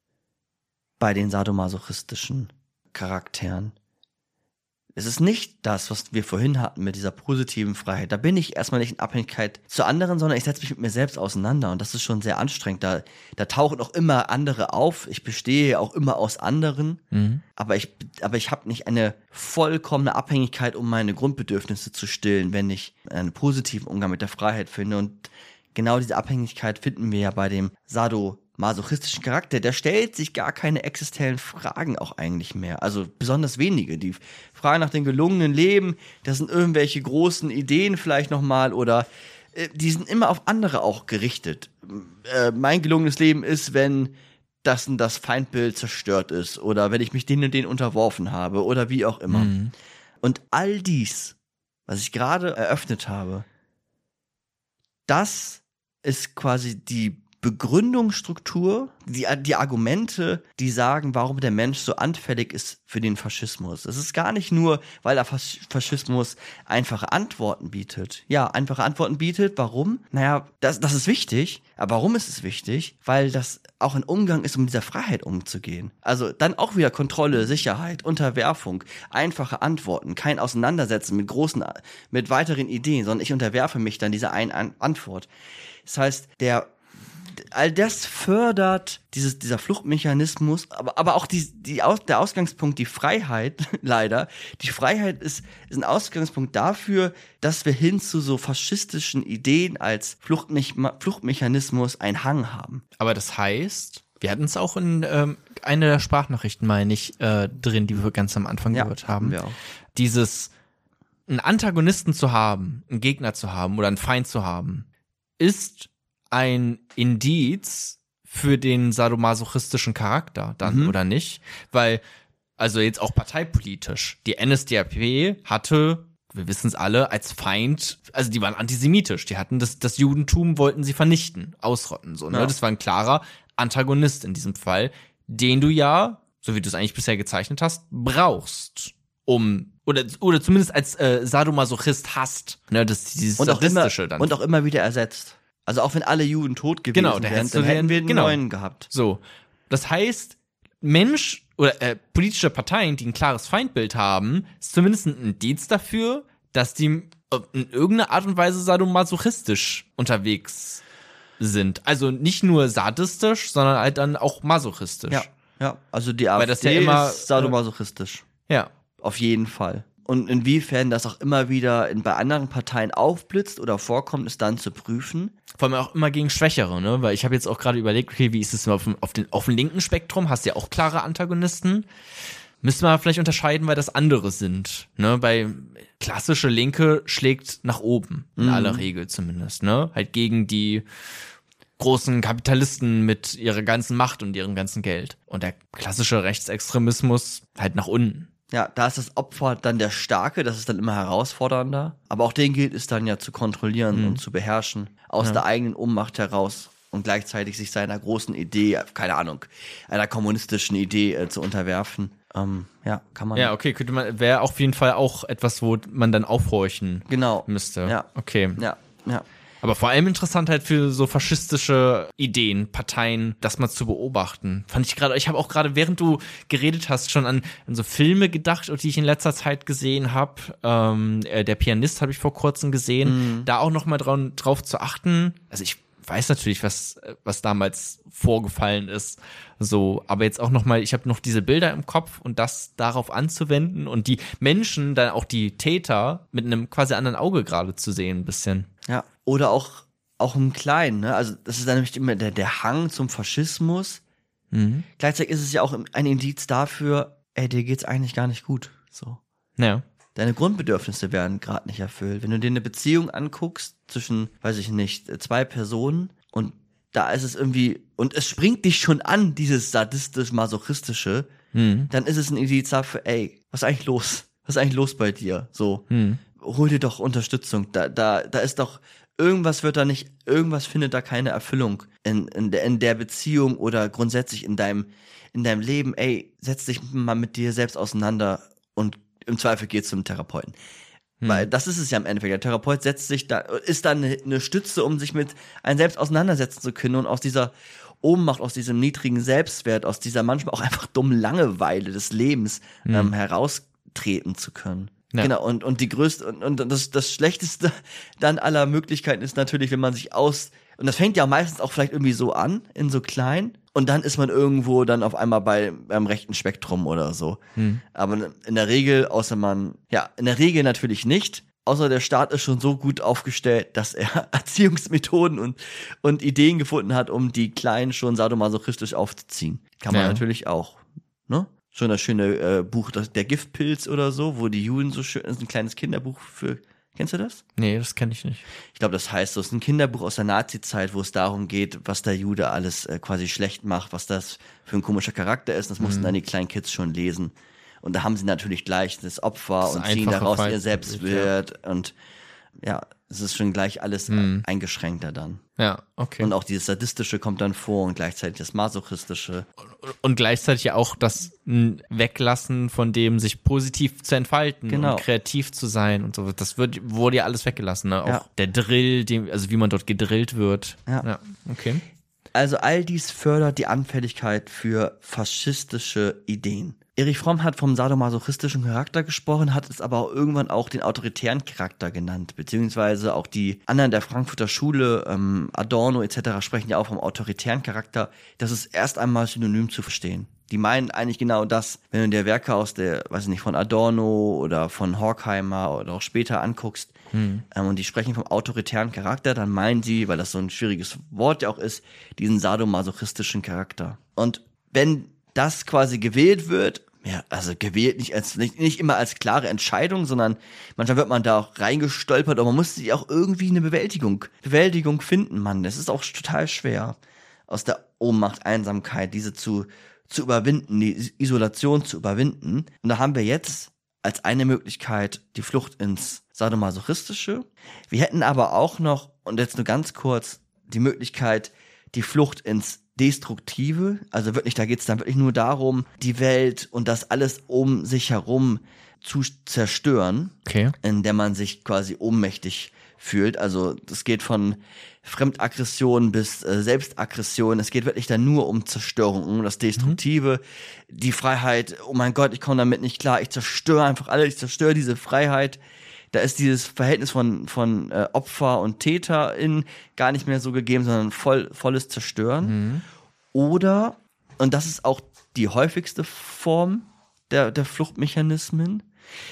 Bei den sadomasochistischen Charakteren. Es ist nicht das, was wir vorhin hatten mit dieser positiven Freiheit. Da bin ich erstmal nicht in Abhängigkeit zu anderen, sondern ich setze mich mit mir selbst auseinander. Und das ist schon sehr anstrengend. Da, da tauchen auch immer andere auf. Ich bestehe auch immer aus anderen. Mhm. Aber ich, aber ich habe nicht eine vollkommene Abhängigkeit, um meine Grundbedürfnisse zu stillen, wenn ich einen positiven Umgang mit der Freiheit finde. Und genau diese Abhängigkeit finden wir ja bei dem sadomasochistischen Charakter. Der stellt sich gar keine existenziellen Fragen auch eigentlich mehr. Also besonders wenige. Die Fragen nach dem gelungenen Leben, das sind irgendwelche großen Ideen vielleicht nochmal oder äh, die sind immer auf andere auch gerichtet. Äh, mein gelungenes Leben ist, wenn das und das Feindbild zerstört ist oder wenn ich mich denen und denen unterworfen habe oder wie auch immer. Mhm. Und all dies, was ich gerade eröffnet habe, das ist quasi die Begründungsstruktur, die, die Argumente, die sagen, warum der Mensch so anfällig ist für den Faschismus. Es ist gar nicht nur, weil der Fas- Faschismus einfache Antworten bietet. Ja, einfache Antworten bietet. Warum? Naja, das, das ist wichtig. Aber warum ist es wichtig? Weil das auch ein Umgang ist, um mit dieser Freiheit umzugehen. Also dann auch wieder Kontrolle, Sicherheit, Unterwerfung, einfache Antworten, kein Auseinandersetzen mit großen, mit weiteren Ideen, sondern ich unterwerfe mich dann dieser einen An- Antwort. Das heißt, der all das fördert dieses, dieser Fluchtmechanismus, aber, aber auch die, die Aus, der Ausgangspunkt, die Freiheit, leider. Die Freiheit ist, ist ein Ausgangspunkt dafür, dass wir hin zu so faschistischen Ideen als Fluchtme- Fluchtmechanismus einen Hang haben. Aber das heißt, wir hatten es auch in ähm, einer der Sprachnachrichten, meine ich, äh, drin, die wir ganz am Anfang ja, gehört haben. Wir auch. Dieses, einen Antagonisten zu haben, einen Gegner zu haben oder einen Feind zu haben, ist ein Indiz für den sadomasochistischen Charakter dann, mhm. oder nicht? Weil, also jetzt auch parteipolitisch, die N S D A P hatte, wir wissen es alle, als Feind, also die waren antisemitisch, die hatten das, das Judentum wollten sie vernichten, ausrotten, so, ne? Ja. Das war ein klarer Antagonist in diesem Fall, den du ja, so wie du es eigentlich bisher gezeichnet hast, brauchst, um, oder, oder zumindest als äh, Sadomasochist hast, ne? Das dieses und Sadistische auch immer, dann. Und auch immer wieder ersetzt. Also auch wenn alle Juden tot gewesen genau, wären, dann hätten wir einen genau. neuen gehabt. So, das heißt, Mensch oder äh, politische Parteien, die ein klares Feindbild haben, ist zumindest ein Indiz dafür, dass die in irgendeiner Art und Weise sadomasochistisch unterwegs sind. Also nicht nur sadistisch, sondern halt dann auch masochistisch. Ja, ja. Also die AfD das ja immer, ist sadomasochistisch. Äh, ja. Auf jeden Fall. Und inwiefern das auch immer wieder in, bei anderen Parteien aufblitzt oder vorkommt, ist dann zu prüfen. Vor allem auch immer gegen Schwächere, ne? Weil ich habe jetzt auch gerade überlegt, okay, wie ist es auf dem, auf, den, auf dem linken Spektrum? Hast du ja auch klare Antagonisten. Müssen wir vielleicht unterscheiden, weil das andere sind. Ne? Bei klassische Linke schlägt nach oben, in mhm. aller Regel zumindest. Ne? Halt gegen die großen Kapitalisten mit ihrer ganzen Macht und ihrem ganzen Geld. Und der klassische Rechtsextremismus halt nach unten. Ja, da ist das Opfer dann der Starke, das ist dann immer herausfordernder. Aber auch den gilt es dann ja zu kontrollieren mhm. und zu beherrschen, aus ja. der eigenen Ohnmacht heraus und gleichzeitig sich seiner großen Idee, keine Ahnung, einer kommunistischen Idee äh, zu unterwerfen. Ähm, ja, kann man. Ja, okay, könnte man, wäre auf jeden Fall auch etwas, wo man dann aufhorchen genau. müsste. Ja. Okay. Ja, ja. Aber vor allem interessant halt für so faschistische Ideen, Parteien, das mal zu beobachten. Fand ich gerade, ich habe auch gerade, während du geredet hast, schon an, an so Filme gedacht, die ich in letzter Zeit gesehen habe. Ähm, der Pianist habe ich vor kurzem gesehen. Mhm. Da auch noch mal drauf, drauf zu achten. Also ich weiß natürlich, was was damals vorgefallen ist, so, aber jetzt auch noch mal, ich habe noch diese Bilder im Kopf und das darauf anzuwenden und die Menschen, dann auch die Täter mit einem quasi anderen Auge gerade zu sehen, ein bisschen. Ja, oder auch auch im Kleinen, ne? Also das ist dann nämlich immer der der Hang zum Faschismus. Mhm. Gleichzeitig ist es ja auch ein Indiz dafür, ey, dir geht's eigentlich gar nicht gut, so. Ja. Deine Grundbedürfnisse werden gerade nicht erfüllt. Wenn du dir eine Beziehung anguckst zwischen, weiß ich nicht, zwei Personen und da ist es irgendwie, und es springt dich schon an, dieses sadistisch-masochistische, hm. dann ist es ein Indiz dafür, ey, was ist eigentlich los? Was ist eigentlich los bei dir? So, hm. hol dir doch Unterstützung. Da, da, da ist doch, irgendwas wird da nicht, irgendwas findet da keine Erfüllung in, in, der, in der Beziehung oder grundsätzlich in deinem, in deinem Leben. Ey, setz dich mal mit dir selbst auseinander und im Zweifel geht's zum Therapeuten. Hm. Weil das ist es ja im Endeffekt. Der Therapeut setzt sich da, ist da eine, eine Stütze, um sich mit einem selbst auseinandersetzen zu können und aus dieser Ohnmacht, aus diesem niedrigen Selbstwert, aus dieser manchmal auch einfach dummen Langeweile des Lebens hm. ähm, heraustreten zu können. Ja. Genau, und, und die größte, und, und das, das Schlechteste dann aller Möglichkeiten ist natürlich, wenn man sich aus, und das fängt ja meistens auch vielleicht irgendwie so an, in so klein, und dann ist man irgendwo dann auf einmal bei, beim rechten Spektrum oder so. Hm. Aber in der Regel, außer man, ja, in der Regel natürlich nicht, außer der Staat ist schon so gut aufgestellt, dass er Erziehungsmethoden und, und Ideen gefunden hat, um die Kleinen schon sadomasochistisch aufzuziehen. Kann man ja. natürlich auch, ne? Schon das schöne äh, Buch, das, der Giftpilz oder so, wo die Juden so schön, das ist ein kleines Kinderbuch für, kennst du das? Nee, das kenne ich nicht. Ich glaube, das heißt so, es ist ein Kinderbuch aus der Nazi-Zeit, wo es darum geht, was der Jude alles äh, quasi schlecht macht, was das für ein komischer Charakter ist. Das mussten mhm. dann die kleinen Kids schon lesen. Und da haben sie natürlich gleich das Opfer das und ziehen daraus Fall ihr Selbstwert ja. und ja, es ist schon gleich alles mhm. eingeschränkter dann. Ja, okay. Und auch dieses Sadistische kommt dann vor und gleichzeitig das Masochistische. Und, und gleichzeitig ja auch das Weglassen von dem, sich positiv zu entfalten genau. und kreativ zu sein und so. Das wird, wurde ja alles weggelassen, ne? Auch ja. der Drill, dem, also wie man dort gedrillt wird. Ja. ja. Okay. Also all dies fördert die Anfälligkeit für faschistische Ideen. Erich Fromm hat vom sadomasochistischen Charakter gesprochen, hat es aber auch irgendwann auch den autoritären Charakter genannt, beziehungsweise auch die anderen der Frankfurter Schule, ähm, Adorno et cetera sprechen ja auch vom autoritären Charakter. Das ist erst einmal synonym zu verstehen. Die meinen eigentlich genau das, wenn du dir Werke aus der, weiß ich nicht, von Adorno oder von Horkheimer oder auch später anguckst, hm. ähm, und die sprechen vom autoritären Charakter, dann meinen sie, weil das so ein schwieriges Wort ja auch ist, diesen sadomasochistischen Charakter. Und wenn das quasi gewählt wird, ja, also gewählt nicht als nicht, nicht immer als klare Entscheidung, sondern manchmal wird man da auch reingestolpert und man muss sich auch irgendwie eine Bewältigung, Bewältigung finden, Mann. Das ist auch total schwer, aus der Ohnmacht, Einsamkeit, diese zu, zu überwinden, die Isolation zu überwinden. Und da haben wir jetzt als eine Möglichkeit die Flucht ins Sadomasochistische. Wir hätten aber auch noch, und jetzt nur ganz kurz, die Möglichkeit, die Flucht ins Destruktive, also wirklich, da geht's dann wirklich nur darum, die Welt und das alles um sich herum zu zerstören, okay. in der man sich quasi ohnmächtig fühlt. Also das geht von Fremdaggression bis äh, Selbstaggression. Es geht wirklich dann nur um Zerstörung, um das Destruktive, mhm. die Freiheit. Oh mein Gott, ich komme damit nicht klar. Ich zerstöre einfach alles, ich zerstöre diese Freiheit. Da ist dieses Verhältnis von von äh, Opfer und TäterInnen gar nicht mehr so gegeben, sondern voll volles Zerstören. Mhm. Oder, und das ist auch die häufigste Form der der Fluchtmechanismen,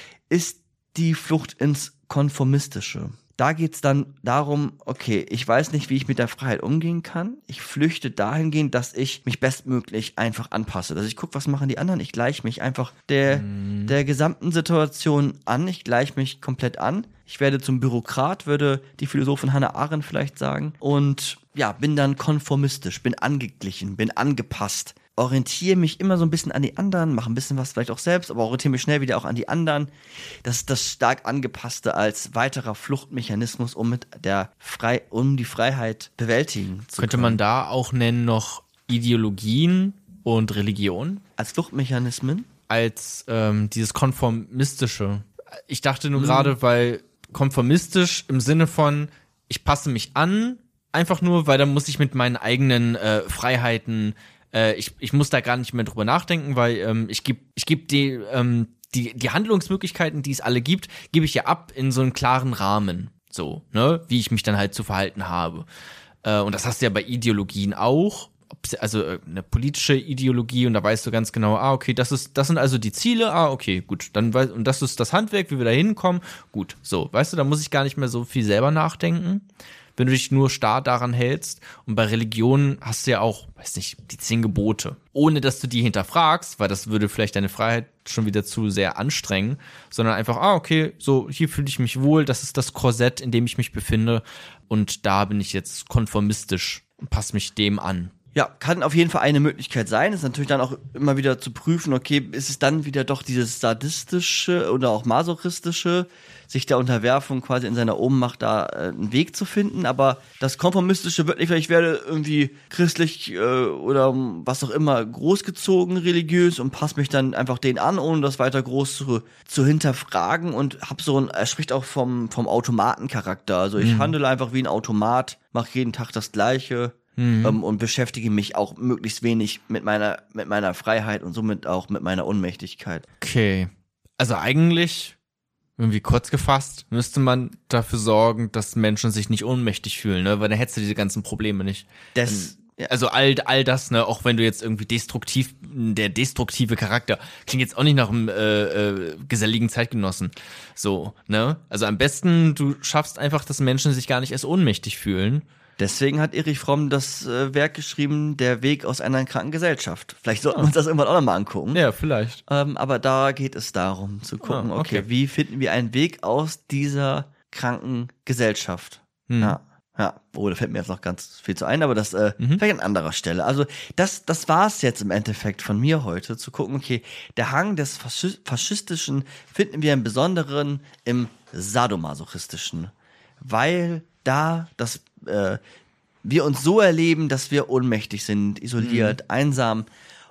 ist die Flucht ins Konformistische. Da geht's dann darum, okay, ich weiß nicht, wie ich mit der Freiheit umgehen kann. Ich flüchte dahingehend, dass ich mich bestmöglich einfach anpasse. Dass ich gucke, was machen die anderen. Ich gleiche mich einfach der, mm. der gesamten Situation an. Ich gleiche mich komplett an. Ich werde zum Bürokrat, würde die Philosophin Hannah Arendt vielleicht sagen. Und ja, bin dann konformistisch, bin angeglichen, bin angepasst. Orientiere mich immer so ein bisschen an die anderen, mache ein bisschen was vielleicht auch selbst, aber orientiere mich schnell wieder auch an die anderen. Das ist das stark angepasste als weiterer Fluchtmechanismus, um mit der Frei- um die Freiheit bewältigen zu Könnte können. man da auch nennen noch Ideologien und Religion? Als Fluchtmechanismen? Als ähm, dieses Konformistische. Ich dachte nur mhm. gerade, weil konformistisch im Sinne von, ich passe mich an, einfach nur, weil dann muss ich mit meinen eigenen äh, Freiheiten, äh, ich, ich muss da gar nicht mehr drüber nachdenken, weil ähm, ich gebe ich geb die, ähm, die, die Handlungsmöglichkeiten, die es alle gibt, gebe ich ja ab in so einen klaren Rahmen, so, ne, wie ich mich dann halt zu verhalten habe. Äh, und das hast du ja bei Ideologien auch, also eine politische Ideologie, und da weißt du ganz genau, ah, okay, das ist, das sind also die Ziele, ah, okay, gut, dann weiß, und das ist das Handwerk, wie wir da hinkommen, gut, so, weißt du, da muss ich gar nicht mehr so viel selber nachdenken, wenn du dich nur starr daran hältst. Und bei Religionen hast du ja auch, weiß nicht, die zehn Gebote, ohne dass du die hinterfragst, weil das würde vielleicht deine Freiheit schon wieder zu sehr anstrengen, sondern einfach, ah, okay, so, hier fühle ich mich wohl, das ist das Korsett, in dem ich mich befinde, und da bin ich jetzt konformistisch und passe mich dem an. Ja, kann auf jeden Fall eine Möglichkeit sein. Ist natürlich dann auch immer wieder zu prüfen, okay, ist es dann wieder doch dieses sadistische oder auch masochistische, sich der Unterwerfung quasi in seiner Ohnmacht da äh, einen Weg zu finden. Aber das Konformistische wirklich, ich werde irgendwie christlich äh, oder was auch immer großgezogen, religiös, und passe mich dann einfach denen an, ohne das weiter groß zu, zu hinterfragen, und hab so ein, er spricht auch vom, vom Automatencharakter. Also ich mhm. handle einfach wie ein Automat, mache jeden Tag das Gleiche. Mhm. Ähm, und beschäftige mich auch möglichst wenig mit meiner mit meiner Freiheit und somit auch mit meiner Ohnmächtigkeit. Okay, also eigentlich, irgendwie kurz gefasst, müsste man dafür sorgen, dass Menschen sich nicht ohnmächtig fühlen, ne? Weil dann hättest du diese ganzen Probleme nicht. Das, ja. Also all, all das, ne, auch wenn du jetzt irgendwie destruktiv, der destruktive Charakter klingt jetzt auch nicht nach einem äh, äh, geselligen Zeitgenossen. So, ne? Also am besten, du schaffst einfach, dass Menschen sich gar nicht erst ohnmächtig fühlen. Deswegen hat Erich Fromm das äh, Werk geschrieben, Der Weg aus einer kranken Gesellschaft. Vielleicht sollten wir uns das irgendwann auch nochmal angucken. Ja, vielleicht. Ähm, aber da geht es darum, zu gucken, ah, okay. okay, wie finden wir einen Weg aus dieser kranken Gesellschaft? Hm. Ja, ja. Oh, da fällt mir jetzt noch ganz viel zu ein, aber das äh, mhm. vielleicht an anderer Stelle. Also das, das war's jetzt im Endeffekt von mir heute, zu gucken, okay, der Hang des Faschi- Faschistischen finden wir im Besonderen im Sadomasochistischen. Weil da das äh, wir uns so erleben, dass wir ohnmächtig sind, isoliert, mhm. einsam,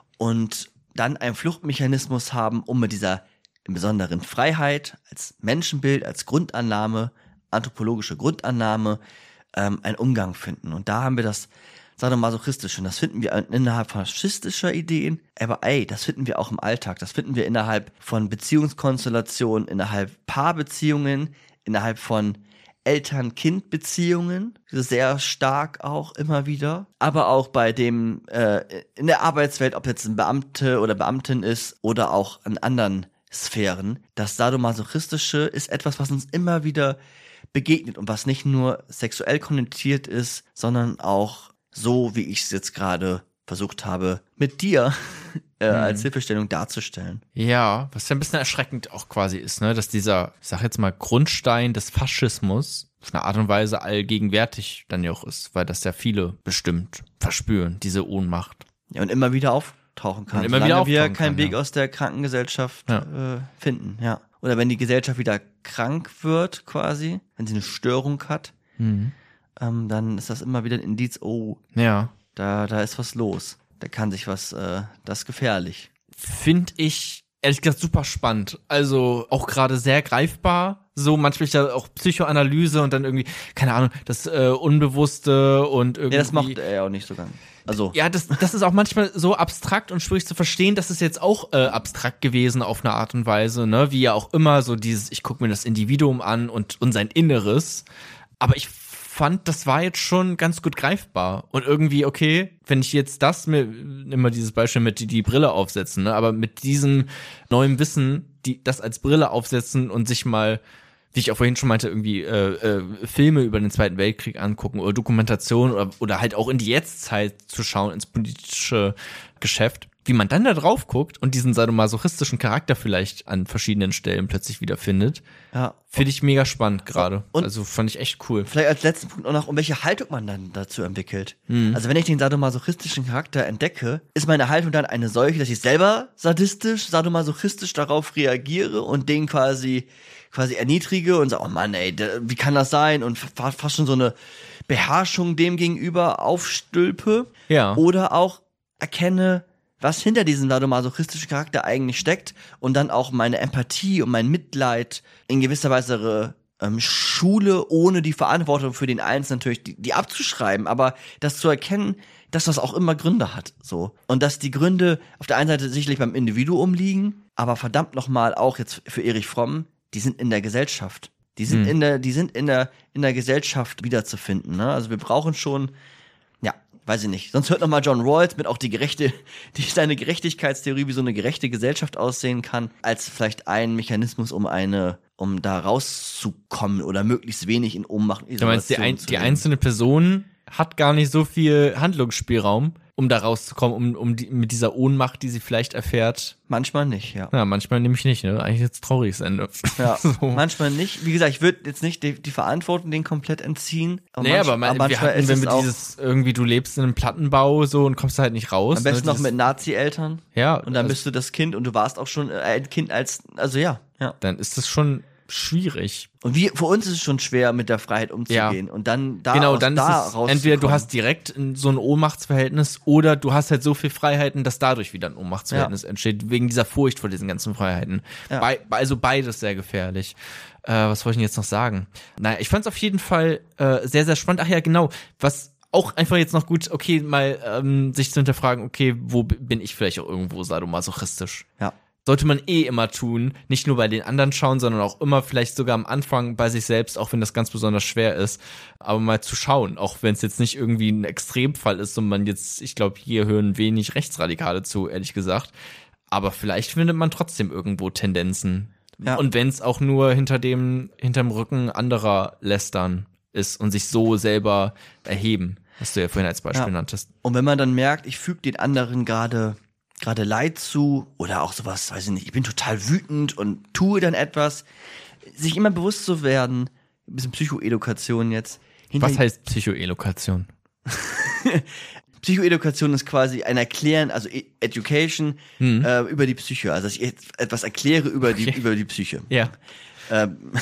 und dann einen Fluchtmechanismus haben, um mit dieser im Besonderen Freiheit als Menschenbild, als Grundannahme, anthropologische Grundannahme, ähm, einen Umgang finden. Und da haben wir das Sadomasochistische, und das finden wir innerhalb faschistischer Ideen, aber ey, das finden wir auch im Alltag, das finden wir innerhalb von Beziehungskonstellationen, innerhalb Paarbeziehungen, innerhalb von Eltern-Kind-Beziehungen, sehr stark auch immer wieder, aber auch bei dem, äh, in der Arbeitswelt, ob jetzt ein Beamte oder Beamtin ist oder auch in anderen Sphären. Das Sadomasochistische ist etwas, was uns immer wieder begegnet und was nicht nur sexuell konnotiert ist, sondern auch so, wie ich es jetzt gerade versucht habe, mit dir äh, mhm. als Hilfestellung darzustellen. Ja, was ja ein bisschen erschreckend auch quasi ist, ne, dass dieser, ich sag jetzt mal, Grundstein des Faschismus auf eine Art und Weise allgegenwärtig dann ja auch ist, weil das ja viele bestimmt verspüren, diese Ohnmacht. Ja, und immer wieder auftauchen kann. Und immer wieder wir auftauchen keinen kann, Weg ja. aus der Krankengesellschaft ja. äh, finden, ja. Oder wenn die Gesellschaft wieder krank wird, quasi, wenn sie eine Störung hat, mhm. ähm, dann ist das immer wieder ein Indiz, oh, ja. Da, da ist was los. Da kann sich was, äh, das ist gefährlich. Finde ich, ehrlich gesagt, super spannend. Also auch gerade sehr greifbar. So manchmal ja auch Psychoanalyse und dann irgendwie, keine Ahnung, das äh, Unbewusste und irgendwie. Ja, das mochte er ja auch nicht so ganz. Also. Ja, das, das ist auch manchmal so abstrakt und schwierig zu verstehen. Das ist jetzt auch äh, abstrakt gewesen auf eine Art und Weise, ne? Wie ja auch immer so dieses, ich gucke mir das Individuum an und, und sein Inneres. Aber ich fand, das war jetzt schon ganz gut greifbar. Und irgendwie, okay, wenn ich jetzt das, mir immer dieses Beispiel mit die, die Brille aufsetzen, ne? Aber mit diesem neuen Wissen, die das als Brille aufsetzen und sich mal, wie ich auch vorhin schon meinte, irgendwie äh, äh, Filme über den Zweiten Weltkrieg angucken oder Dokumentation oder, oder halt auch in die Jetztzeit zu schauen, ins politische Geschäft, wie man dann da drauf guckt und diesen sadomasochistischen Charakter vielleicht an verschiedenen Stellen plötzlich wiederfindet, ja. Finde ich mega spannend gerade. Also fand ich echt cool. Vielleicht als letzten Punkt auch noch, um welche Haltung man dann dazu entwickelt. Mhm. Also wenn ich den sadomasochistischen Charakter entdecke, ist meine Haltung dann eine solche, dass ich selber sadistisch, sadomasochistisch darauf reagiere und den quasi quasi erniedrige und sage, oh Mann, ey, wie kann das sein? Und fast schon so eine Beherrschung dem gegenüber aufstülpe. Ja. Oder auch erkenne, was hinter diesem sadomasochistischen Charakter eigentlich steckt und dann auch meine Empathie und mein Mitleid in gewisser Weise ähm, Schule, ohne die Verantwortung für den Einzelnen natürlich, die, die abzuschreiben, aber das zu erkennen, dass das auch immer Gründe hat, so. Und dass die Gründe auf der einen Seite sicherlich beim Individuum liegen, aber verdammt nochmal auch jetzt für Erich Fromm, die sind in der Gesellschaft. Die sind Hm. in der, die sind in der, in der Gesellschaft wiederzufinden, ne? Also wir brauchen schon, ja, weiß ich nicht. Sonst hört noch mal John Rawls mit auch die gerechte, die seine Gerechtigkeitstheorie, wie so eine gerechte Gesellschaft aussehen kann, als vielleicht ein Mechanismus, um eine, um da rauszukommen oder möglichst wenig in Ohnmacht. Du meinst, die, ein, zu die leben. einzelne Person hat gar nicht so viel Handlungsspielraum, um da rauszukommen, um, um die, mit dieser Ohnmacht, die sie vielleicht erfährt. Manchmal nicht, ja. Ja, manchmal nämlich nicht, ne? Eigentlich jetzt trauriges Ende. Ja, so. manchmal nicht. Wie gesagt, ich würde jetzt nicht die, die Verantwortung denen komplett entziehen. Aber Nee, manch- aber, man, wir manchmal hatten, ist wenn es wir auch dieses, irgendwie, du lebst in einem Plattenbau so und kommst halt nicht raus. am besten ne? noch mit Dieses- Nazi-Eltern. Ja. Und dann also, bist du das Kind und du warst auch schon äh, ein Kind als, also ja, ja. dann ist das schon schwierig. Und wir, für uns ist es schon schwer, mit der Freiheit umzugehen. Und dann da Genau, aus, dann da ist es entweder du rauszukommen. hast direkt in so ein Ohnmachtsverhältnis oder du hast halt so viel Freiheiten, dass dadurch wieder ein Ohnmachtsverhältnis entsteht, wegen dieser Furcht vor diesen ganzen Freiheiten. Ja. Bei, also beides sehr gefährlich. Äh, was wollte ich denn jetzt noch sagen? Naja, ich fand es auf jeden Fall äh, sehr, sehr spannend. Ach ja, genau, was auch einfach jetzt noch gut, okay, mal ähm, sich zu hinterfragen, okay, wo b- bin ich vielleicht auch irgendwo sadomasochistisch? Ja. Sollte man eh immer tun, nicht nur bei den anderen schauen, sondern auch immer vielleicht sogar am Anfang bei sich selbst, auch wenn das ganz besonders schwer ist, aber mal zu schauen, auch wenn es jetzt nicht irgendwie ein Extremfall ist und man jetzt, ich glaube, hier hören wenig Rechtsradikale zu, ehrlich gesagt, aber vielleicht findet man trotzdem irgendwo Tendenzen. Ja. Und wenn es auch nur hinter dem, hinterm Rücken anderer lästern ist und sich so selber erheben, was du ja vorhin als Beispiel Ja. nanntest. Und wenn man dann merkt, ich füge den anderen gerade gerade Leid zu oder auch sowas, weiß ich nicht, ich bin total wütend und tue dann etwas, sich immer bewusst zu werden, ein bisschen Psychoedukation jetzt. Hinter- Was heißt Psychoedukation? Psychoedukation ist quasi ein Erklären, also E- Education Hm. äh, über die Psyche, also dass ich et- etwas erkläre über die über die Psyche. Ja. Ähm,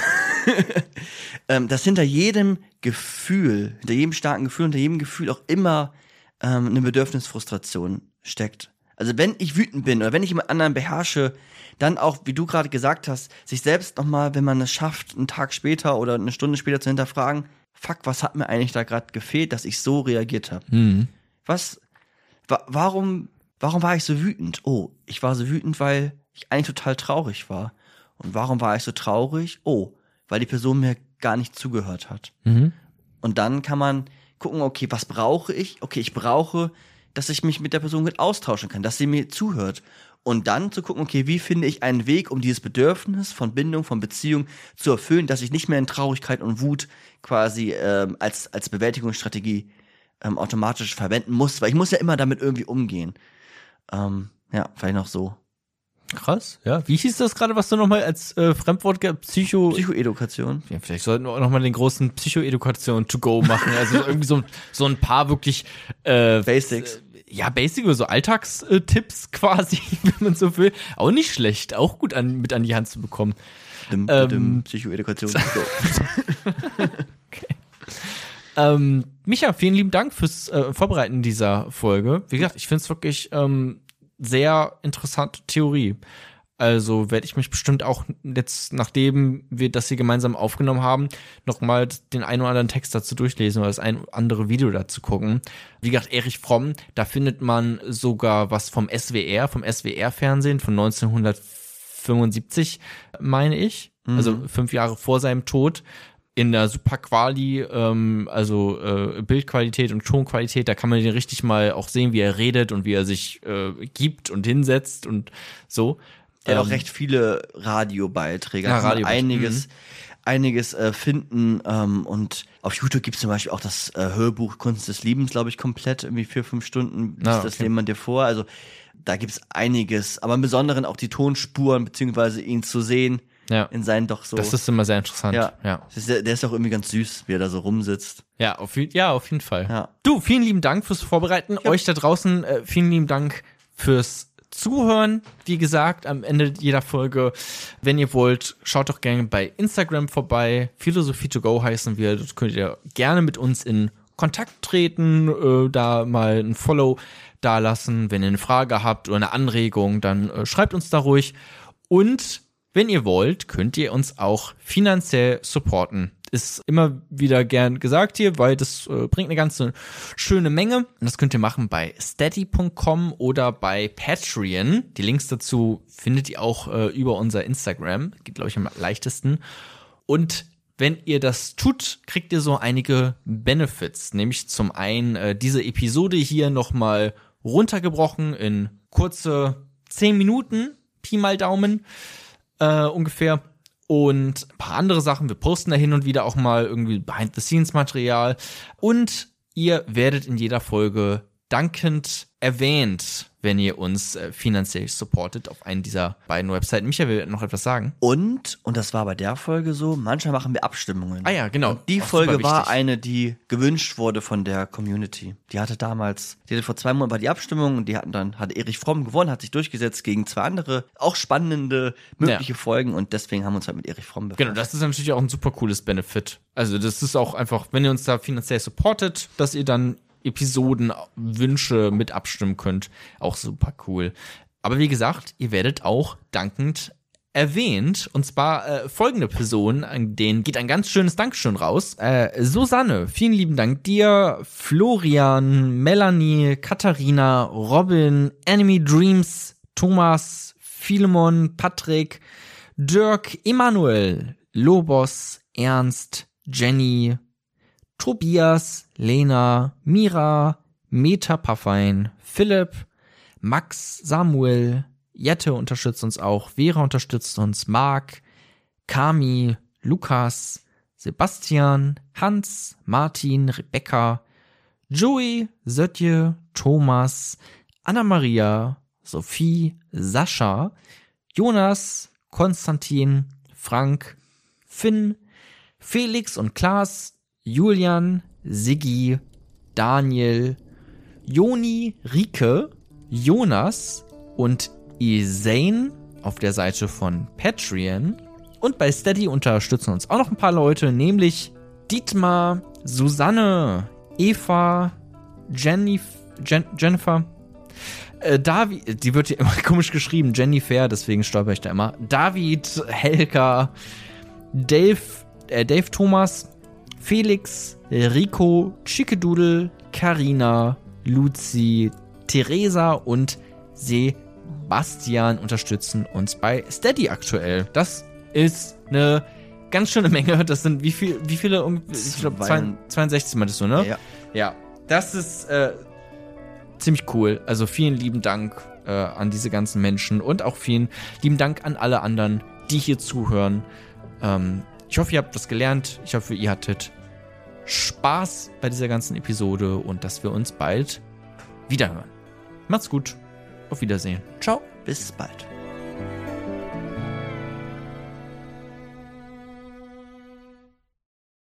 ähm, dass hinter jedem Gefühl, hinter jedem starken Gefühl, hinter jedem Gefühl auch immer ähm, eine Bedürfnisfrustration steckt. Also wenn ich wütend bin oder wenn ich jemand anderen beherrsche, dann auch, wie du gerade gesagt hast, sich selbst nochmal, wenn man es schafft, einen Tag später oder eine Stunde später zu hinterfragen, fuck, was hat mir eigentlich da gerade gefehlt, dass ich so reagiert habe? Mhm. Was, wa warum, warum war ich so wütend? Oh, ich war so wütend, weil ich eigentlich total traurig war. Und warum war ich so traurig? Oh, weil die Person mir gar nicht zugehört hat. Mhm. Und dann kann man gucken, okay, was brauche ich? Okay, ich brauche, dass ich mich mit der Person gut austauschen kann, dass sie mir zuhört. Und dann zu gucken, okay, wie finde ich einen Weg, um dieses Bedürfnis von Bindung, von Beziehung zu erfüllen, dass ich nicht mehr in Traurigkeit und Wut quasi ähm, als, als Bewältigungsstrategie ähm, automatisch verwenden muss, weil ich muss ja immer damit irgendwie umgehen. Ähm, ja, vielleicht noch so. Krass, ja. Wie hieß das gerade, was du nochmal als äh, Fremdwort gab? Psycho... Psychoedukation. Ja, vielleicht sollten wir auch nochmal den großen Psychoedukation to go machen. Also irgendwie so, so ein paar wirklich äh, Basics. Äh, ja, Basic oder so Alltagstipps quasi, wenn man so will. Auch nicht schlecht, auch gut an, mit an die Hand zu bekommen. Dim, Ähm. dim, Psychoedukation. So. Ähm, Micha, vielen lieben Dank fürs äh, Vorbereiten dieser Folge. Wie gesagt, ich finde es wirklich ähm, sehr interessante Theorie. Also werde ich mich bestimmt auch jetzt, nachdem wir das hier gemeinsam aufgenommen haben, nochmal den einen oder anderen Text dazu durchlesen oder das ein oder andere Video dazu gucken. Wie gesagt, Erich Fromm, da findet man sogar was vom S W R, vom S W R-Fernsehen von neunzehnhundertfünfundsiebzig, meine ich. Mhm. Also fünf Jahre vor seinem Tod. In der super Quali, ähm, also äh, Bildqualität und Tonqualität, da kann man den richtig mal auch sehen, wie er redet und wie er sich äh, gibt und hinsetzt und so. Der hat auch Ähm, recht viele Radiobeiträge. Ja, Also Radiobeiträge, einiges, einiges äh, finden. Ähm, und auf YouTube gibt es zum Beispiel auch das äh, Hörbuch Kunst des Liebens, glaube ich, komplett, irgendwie vier, fünf Stunden liest Ah, das okay. jemand dir vor. Also da gibt es einiges, aber im Besonderen auch die Tonspuren, beziehungsweise ihn zu sehen Ja, in seinen doch so. das ist immer sehr interessant. ja, ja. Das ist, der ist auch irgendwie ganz süß, wie er da so rumsitzt. Ja, auf, je- ja, auf jeden Fall. Ja. Du, vielen lieben Dank fürs Vorbereiten. Euch da draußen, äh, vielen lieben Dank fürs Zuhören. Wie gesagt, am Ende jeder Folge, wenn ihr wollt, schaut doch gerne bei Instagram vorbei. Philosophie to go heißen wir. Dort könnt ihr gerne mit uns in Kontakt treten, äh, da mal ein Follow dalassen. Wenn ihr eine Frage habt oder eine Anregung, dann äh, schreibt uns da ruhig. Und wenn ihr wollt, könnt ihr uns auch finanziell supporten. Ist immer wieder gern gesagt hier, weil das äh, bringt eine ganze schöne Menge. Und das könnt ihr machen bei steady punkt com oder bei Patreon. Die Links dazu findet ihr auch äh, über unser Instagram. Geht, glaube ich, am leichtesten. Und wenn ihr das tut, kriegt ihr so einige Benefits. Nämlich zum einen äh, diese Episode hier nochmal runtergebrochen in kurze zehn Minuten, Pi mal Daumen äh, ungefähr. Und ein paar andere Sachen. Wir posten da hin und wieder auch mal irgendwie Behind-the-Scenes-Material. Und ihr werdet in jeder Folge dankend erwähnt, wenn ihr uns äh, finanziell supportet auf einen dieser beiden Webseiten. Michael will noch etwas sagen. Und, und das war bei der Folge so, manchmal machen wir Abstimmungen. Ah ja, genau. Und die auch Folge war eine, die gewünscht wurde von der Community. Die hatte damals, die hatte vor zwei Monaten war die Abstimmung und die hatten dann, hat Erich Fromm gewonnen, hat sich durchgesetzt gegen zwei andere, auch spannende, mögliche ja. Folgen und deswegen haben wir uns halt mit Erich Fromm befasst. Genau, das ist natürlich auch ein super cooles Benefit. Also das ist auch einfach, wenn ihr uns da finanziell supportet, dass ihr dann Episodenwünsche mit abstimmen könnt. Auch super cool. Aber wie gesagt, ihr werdet auch dankend erwähnt. Und zwar äh, folgende Personen, an denen geht ein ganz schönes Dankeschön raus. Äh, Susanne, vielen lieben Dank dir. Florian, Melanie, Katharina, Robin, Enemy Dreams, Thomas, Philemon, Patrick, Dirk, Emanuel, Lobos, Ernst, Jenny, Tobias, Lena, Mira, Meta Paffein, Philipp, Max, Samuel, Jette unterstützt uns auch, Vera unterstützt uns, Marc, Kami, Lukas, Sebastian, Hans, Martin, Rebecca, Joey, Sötje, Thomas, Anna-Maria, Sophie, Sascha, Jonas, Konstantin, Frank, Finn, Felix und Klaas, Julian, Siggi, Daniel, Joni, Rike, Jonas und Isain auf der Seite von Patreon. Und bei Steady unterstützen uns auch noch ein paar Leute, nämlich Dietmar, Susanne, Eva, Jenny, Jen, Jennifer, äh, David, die wird hier immer komisch geschrieben, Jennifer, deswegen stolper ich da immer. David, Helga, Dave, äh, Dave Thomas, Felix, Rico, Chickedoodle, Carina, Luzi, Theresa und Sebastian unterstützen uns bei Steady aktuell. Das ist eine ganz schöne Menge. Das sind wie viel, wie viele? Ich glaube zweiundsechzig meintest du, ne? Ja. Ja. Das ist äh, ziemlich cool. Also vielen lieben Dank äh, an diese ganzen Menschen und auch vielen lieben Dank an alle anderen, die hier zuhören. Ähm, ich hoffe, ihr habt was gelernt. Ich hoffe, ihr hattet Spaß bei dieser ganzen Episode und dass wir uns bald wiederhören. Macht's gut. Auf Wiedersehen. Ciao. Bis bald.